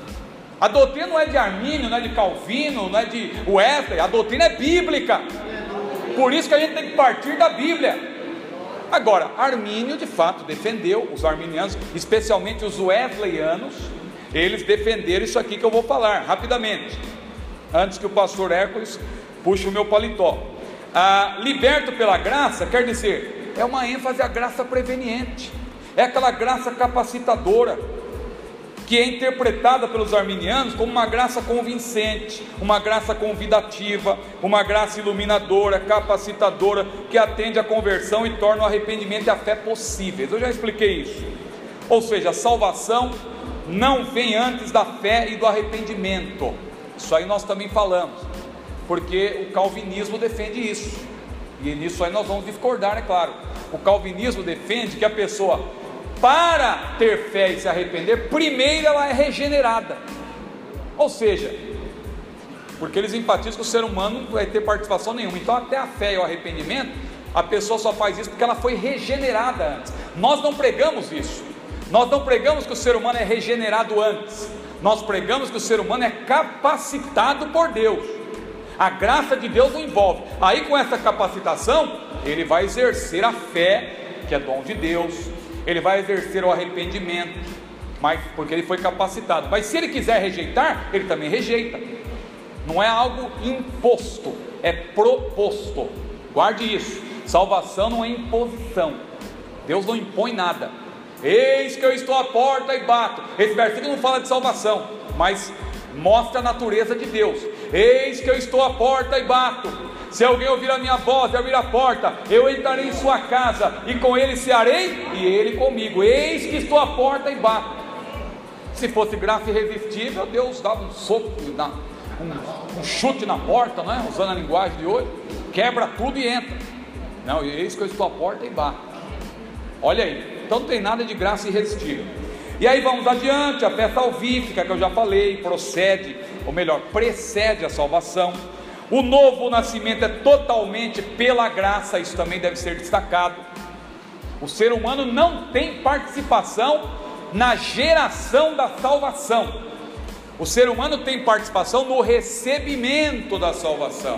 A doutrina não é de Armínio, não é de Calvino, não é de Wesley, a doutrina é bíblica. Por isso que a gente tem que partir da Bíblia. Agora, Armínio de fato defendeu, os arminianos, especialmente os wesleyanos, eles defenderam isso aqui que eu vou falar rapidamente, antes que o pastor Hércules puxe o meu paletó. Ah, liberto pela graça, quer dizer, é uma ênfase à graça preveniente, é aquela graça capacitadora, que é interpretada pelos arminianos como uma graça convincente, uma graça convidativa, uma graça iluminadora, capacitadora, que atende à conversão e torna o arrependimento e a fé possíveis. Eu já expliquei isso. Ou seja, a salvação não vem antes da fé e do arrependimento. Isso aí nós também falamos, porque o calvinismo defende isso, e nisso aí nós vamos discordar, é claro. O calvinismo defende que a pessoa, para ter fé e se arrepender, primeiro ela é regenerada. Ou seja, porque eles enfatizam que o ser humano não vai ter participação nenhuma. Então até a fé e o arrependimento, a pessoa só faz isso porque ela foi regenerada antes. Nós não pregamos isso. Nós não pregamos que o ser humano é regenerado antes. Nós pregamos que o ser humano é capacitado por Deus. A graça de Deus o envolve. Aí com essa capacitação, ele vai exercer a fé, que é dom de Deus. Ele vai exercer o arrependimento, mas porque ele foi capacitado. Mas se ele quiser rejeitar, ele também rejeita. Não é algo imposto, é proposto. Guarde isso. Salvação não é imposição. Deus não impõe nada. Eis que eu estou à porta e bato. Esse versículo não fala de salvação, mas mostra a natureza de Deus. Eis que eu estou à porta e bato. Se alguém ouvir a minha voz e abrir a porta, eu entrarei em sua casa, e com ele cearei, e ele comigo. Eis que estou à porta e bato. Se fosse graça irresistível, Deus dava um soco, um, um chute na porta, não é? Usando a linguagem de hoje, quebra tudo e entra. Não, eis que eu estou à porta e bato. Olha aí, então não tem nada de graça irresistível. E aí vamos adiante, a fé salvífica, que eu já falei, procede, ou melhor, precede a salvação. O novo nascimento é totalmente pela graça, isso também deve ser destacado. O ser humano não tem participação na geração da salvação. O ser humano tem participação no recebimento da salvação.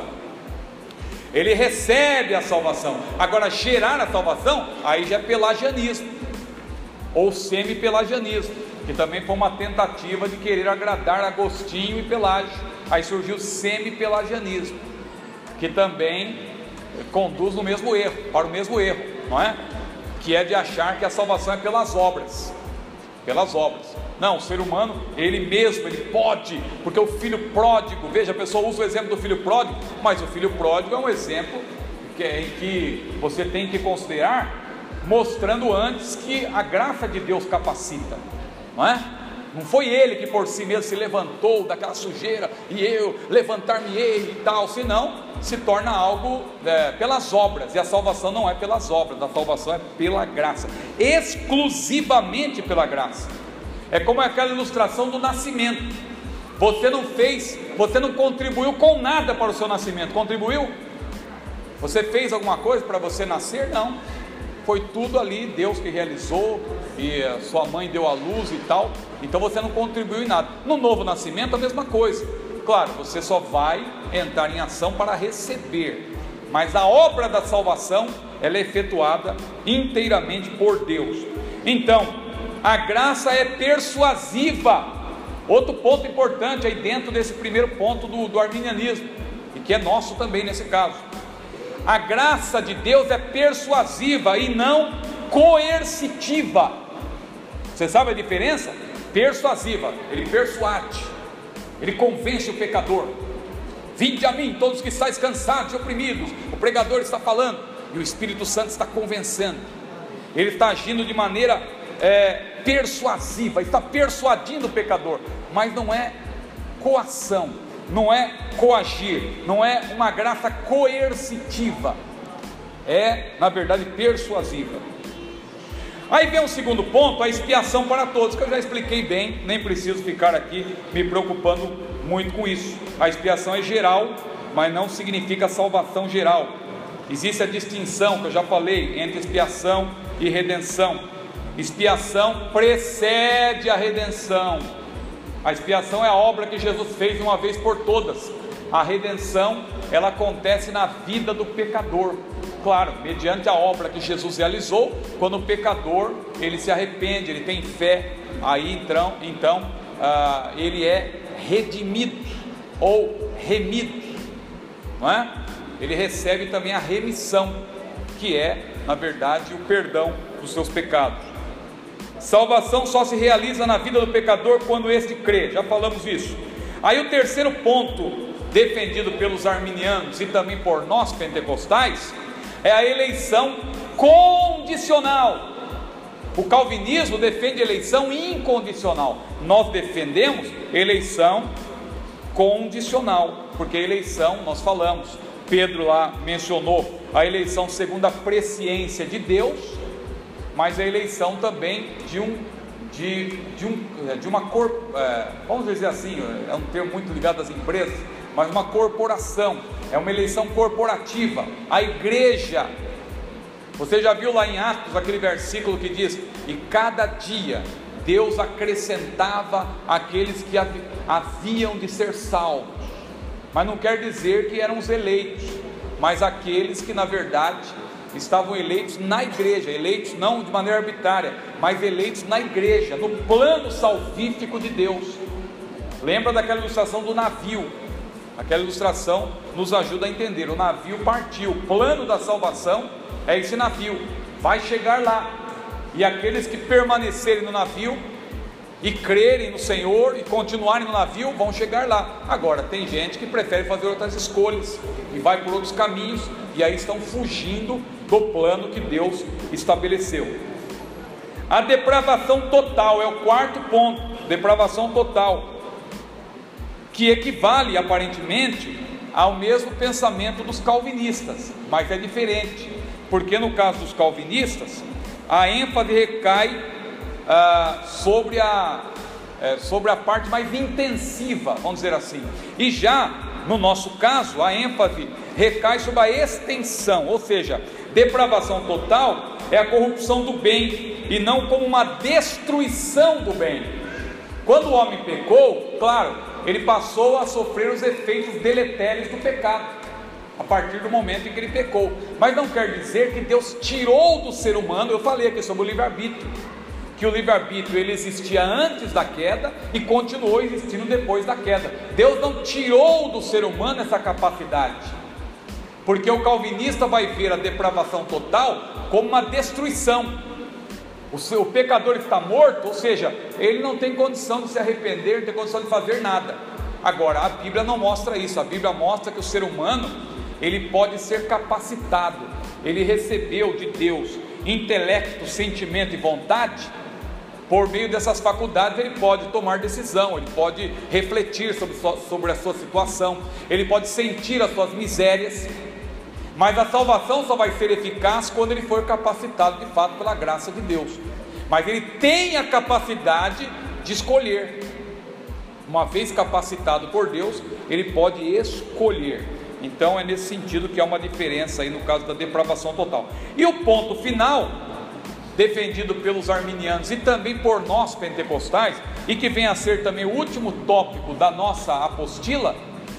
Ele recebe a salvação. Agora, gerar a salvação, aí já é pelagianismo, ou semi-pelagianismo, que também foi uma tentativa de querer agradar Agostinho e Pelágio. Aí surgiu o semi-pelagianismo, que também conduz no mesmo erro, para o mesmo erro, não é? Que é de achar que a salvação é pelas obras, pelas obras. Não, o ser humano, ele mesmo, ele pode, porque o filho pródigo, veja, a pessoa usa o exemplo do filho pródigo, mas o filho pródigo é um exemplo que, em que você tem que considerar, mostrando antes que a graça de Deus capacita, não é? Não foi ele que por si mesmo se levantou daquela sujeira, e eu levantar-me-ei e tal, senão se torna algo é, pelas obras, e a salvação não é pelas obras, a salvação é pela graça, exclusivamente pela graça. É como aquela ilustração do nascimento. Você não fez, você não contribuiu com nada para o seu nascimento. Contribuiu? Você fez alguma coisa para você nascer? Não. Foi tudo ali Deus que realizou, e a sua mãe deu a luz e tal. Então você não contribuiu em nada. No novo nascimento a mesma coisa. Claro, você só vai entrar em ação para receber, mas a obra da salvação, ela é efetuada inteiramente por Deus. Então, a graça é persuasiva. Outro ponto importante aí dentro desse primeiro ponto do, do arminianismo, e que é nosso também nesse caso. A graça de Deus é persuasiva e não coercitiva. Você sabe a diferença? Persuasiva, ele persuade, ele convence o pecador. Vinde a mim, todos que estáis cansados e oprimidos. O pregador está falando e o Espírito Santo está convencendo. Ele está agindo de maneira é, persuasiva, está persuadindo o pecador, mas não é coação, não é coagir, não é uma graça coercitiva, é na verdade persuasiva. Aí vem o segundo ponto, a expiação para todos, que eu já expliquei bem, nem preciso ficar aqui me preocupando muito com isso. A expiação é geral, mas não significa salvação geral. Existe a distinção que eu já falei entre expiação e redenção. Expiação precede a redenção. A expiação é a obra que Jesus fez uma vez por todas. A redenção, ela acontece na vida do pecador, claro, mediante a obra que Jesus realizou. Quando o pecador, ele se arrepende, ele tem fé, aí então, então ah, ele é redimido ou remido, não é? Ele recebe também a remissão, que é, na verdade, o perdão dos seus pecados. Salvação só se realiza na vida do pecador quando este crê, já falamos isso. Aí o terceiro ponto, defendido pelos arminianos e também por nós pentecostais, é a eleição condicional. O calvinismo defende eleição incondicional, nós defendemos eleição condicional, porque eleição, nós falamos, Pedro lá mencionou a eleição segundo a presciência de Deus, mas a eleição também de um de, de, um, de uma cor, é, vamos dizer assim, é um termo muito ligado às empresas, mas uma corporação, é uma eleição corporativa. A igreja, você já viu lá em Atos aquele versículo que diz: e cada dia Deus acrescentava aqueles que haviam de ser salvos, mas não quer dizer que eram os eleitos, mas aqueles que na verdade estavam eleitos na igreja, eleitos não de maneira arbitrária, mas eleitos na igreja, no plano salvífico de Deus. Lembra daquela ilustração do navio? Aquela ilustração nos ajuda a entender. O navio partiu, o plano da salvação é esse navio, vai chegar lá, e aqueles que permanecerem no navio e crerem no Senhor e continuarem no navio vão chegar lá. Agora tem gente que prefere fazer outras escolhas e vai por outros caminhos, e aí estão fugindo do plano que Deus estabeleceu. A depravação total é o quarto ponto, depravação total, que equivale aparentemente ao mesmo pensamento dos calvinistas, mas é diferente, porque no caso dos calvinistas a ênfase recai ah, sobre, a, é, sobre a parte mais intensiva, vamos dizer assim, e já no nosso caso a ênfase recai sobre a extensão, ou seja, depravação total é a corrupção do bem, e não como uma destruição do bem. Quando o homem pecou, claro, ele passou a sofrer os efeitos deletérios do pecado, a partir do momento em que ele pecou, mas não quer dizer que Deus tirou do ser humano. Eu falei aqui sobre o livre-arbítrio, que o livre-arbítrio ele existia antes da queda e continuou existindo depois da queda. Deus não tirou do ser humano essa capacidade, porque o calvinista vai ver a depravação total como uma destruição. O, seu, o pecador está morto, ou seja, ele não tem condição de se arrepender, não tem condição de fazer nada. Agora, a Bíblia não mostra isso. A Bíblia mostra que o ser humano, ele pode ser capacitado, ele recebeu de Deus intelecto, sentimento e vontade. Por meio dessas faculdades ele pode tomar decisão, ele pode refletir sobre, sobre a sua situação, ele pode sentir as suas misérias. Mas a salvação só vai ser eficaz quando ele for capacitado de fato pela graça de Deus. Mas ele tem a capacidade de escolher. Uma vez capacitado por Deus, ele pode escolher. Então é nesse sentido que há uma diferença aí no caso da depravação total. E o ponto final, defendido pelos arminianos e também por nós pentecostais, e que vem a ser também o último tópico da nossa apostila,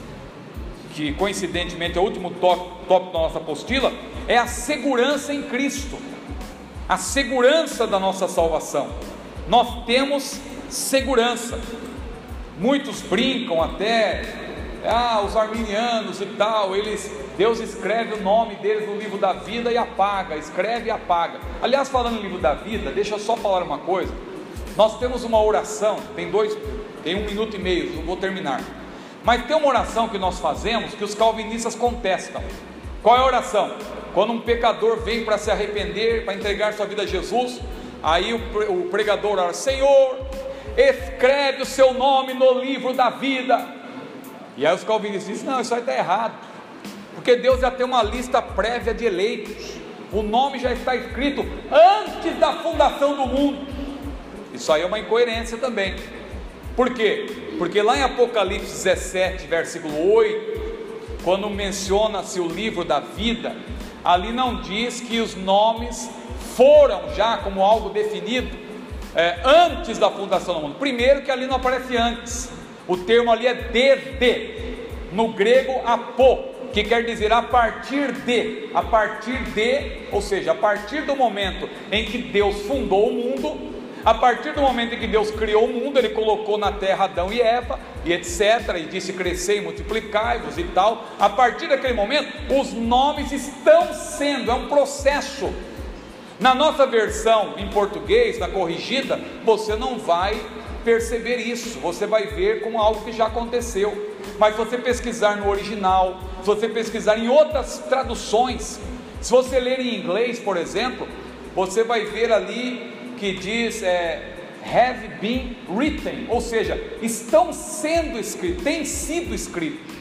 que coincidentemente é o último tópico da nossa apostila, é a segurança em Cristo, a segurança da nossa salvação. Nós temos segurança. Muitos brincam até, ah, os arminianos e tal, eles, Deus escreve o nome deles no livro da vida e apaga, escreve e apaga. Aliás, falando no livro da vida, deixa eu só falar uma coisa. Nós temos uma oração, tem dois, tem um minuto e meio, não vou terminar. Mas tem uma oração que nós fazemos que os calvinistas contestam. Qual é a oração? Quando um pecador vem para se arrepender, para entregar sua vida a Jesus, aí o pregador ora: Senhor, escreve o seu nome no livro da vida. E aí os calvinistas dizem: não, isso aí está errado, porque Deus já tem uma lista prévia de eleitos, o nome já está escrito antes da fundação do mundo. Isso aí é uma incoerência também. Por quê? Porque lá em Apocalipse dezessete, versículo oito, quando menciona-se o livro da vida, ali não diz que os nomes foram já como algo definido é, antes da fundação do mundo. Primeiro que ali não aparece antes, o termo ali é desde, no grego apô, que quer dizer a partir de, a partir de, ou seja, a partir do momento em que Deus fundou o mundo, a partir do momento em que Deus criou o mundo, Ele colocou na terra Adão e Eva, e etc, e disse: crescei e multiplicai-vos e tal. A partir daquele momento, os nomes estão sendo, é um processo. Na nossa versão em português, na corrigida, você não vai perceber isso, você vai ver como algo que já aconteceu. Mas se você pesquisar no original, se você pesquisar em outras traduções, se você ler em inglês, por exemplo, você vai ver ali que diz é, have been written, ou seja, estão sendo escritos, têm sido escritos,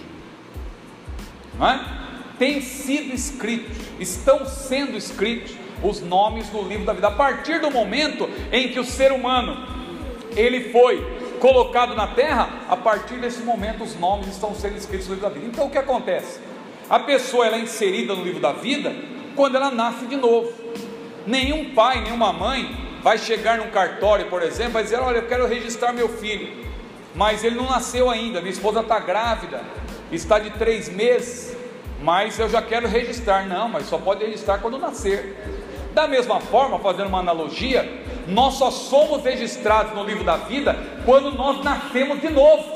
não é? Têm sido escritos, estão sendo escritos os nomes no livro da vida. A partir do momento em que o ser humano ele foi colocado na terra, a partir desse momento os nomes estão sendo escritos no livro da vida. Então o que acontece? A pessoa ela é inserida no livro da vida quando ela nasce de novo. Nenhum pai, nenhuma mãe vai chegar num cartório, por exemplo, vai dizer: olha, eu quero registrar meu filho, mas ele não nasceu ainda, minha esposa está grávida, está de três meses, mas eu já quero registrar. Não, mas só pode registrar quando nascer. Da mesma forma, fazendo uma analogia, nós só somos registrados no livro da vida quando nós nascemos de novo.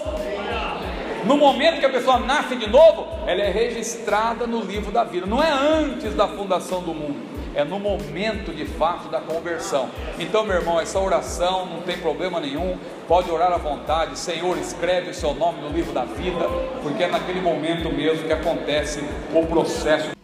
No momento que a pessoa nasce de novo, ela é registrada no livro da vida. Não é antes da fundação do mundo, é no momento de fato da conversão. Então, meu irmão, essa oração não tem problema nenhum, pode orar à vontade. Senhor, escreve o seu nome no livro da vida, porque é naquele momento mesmo que acontece o processo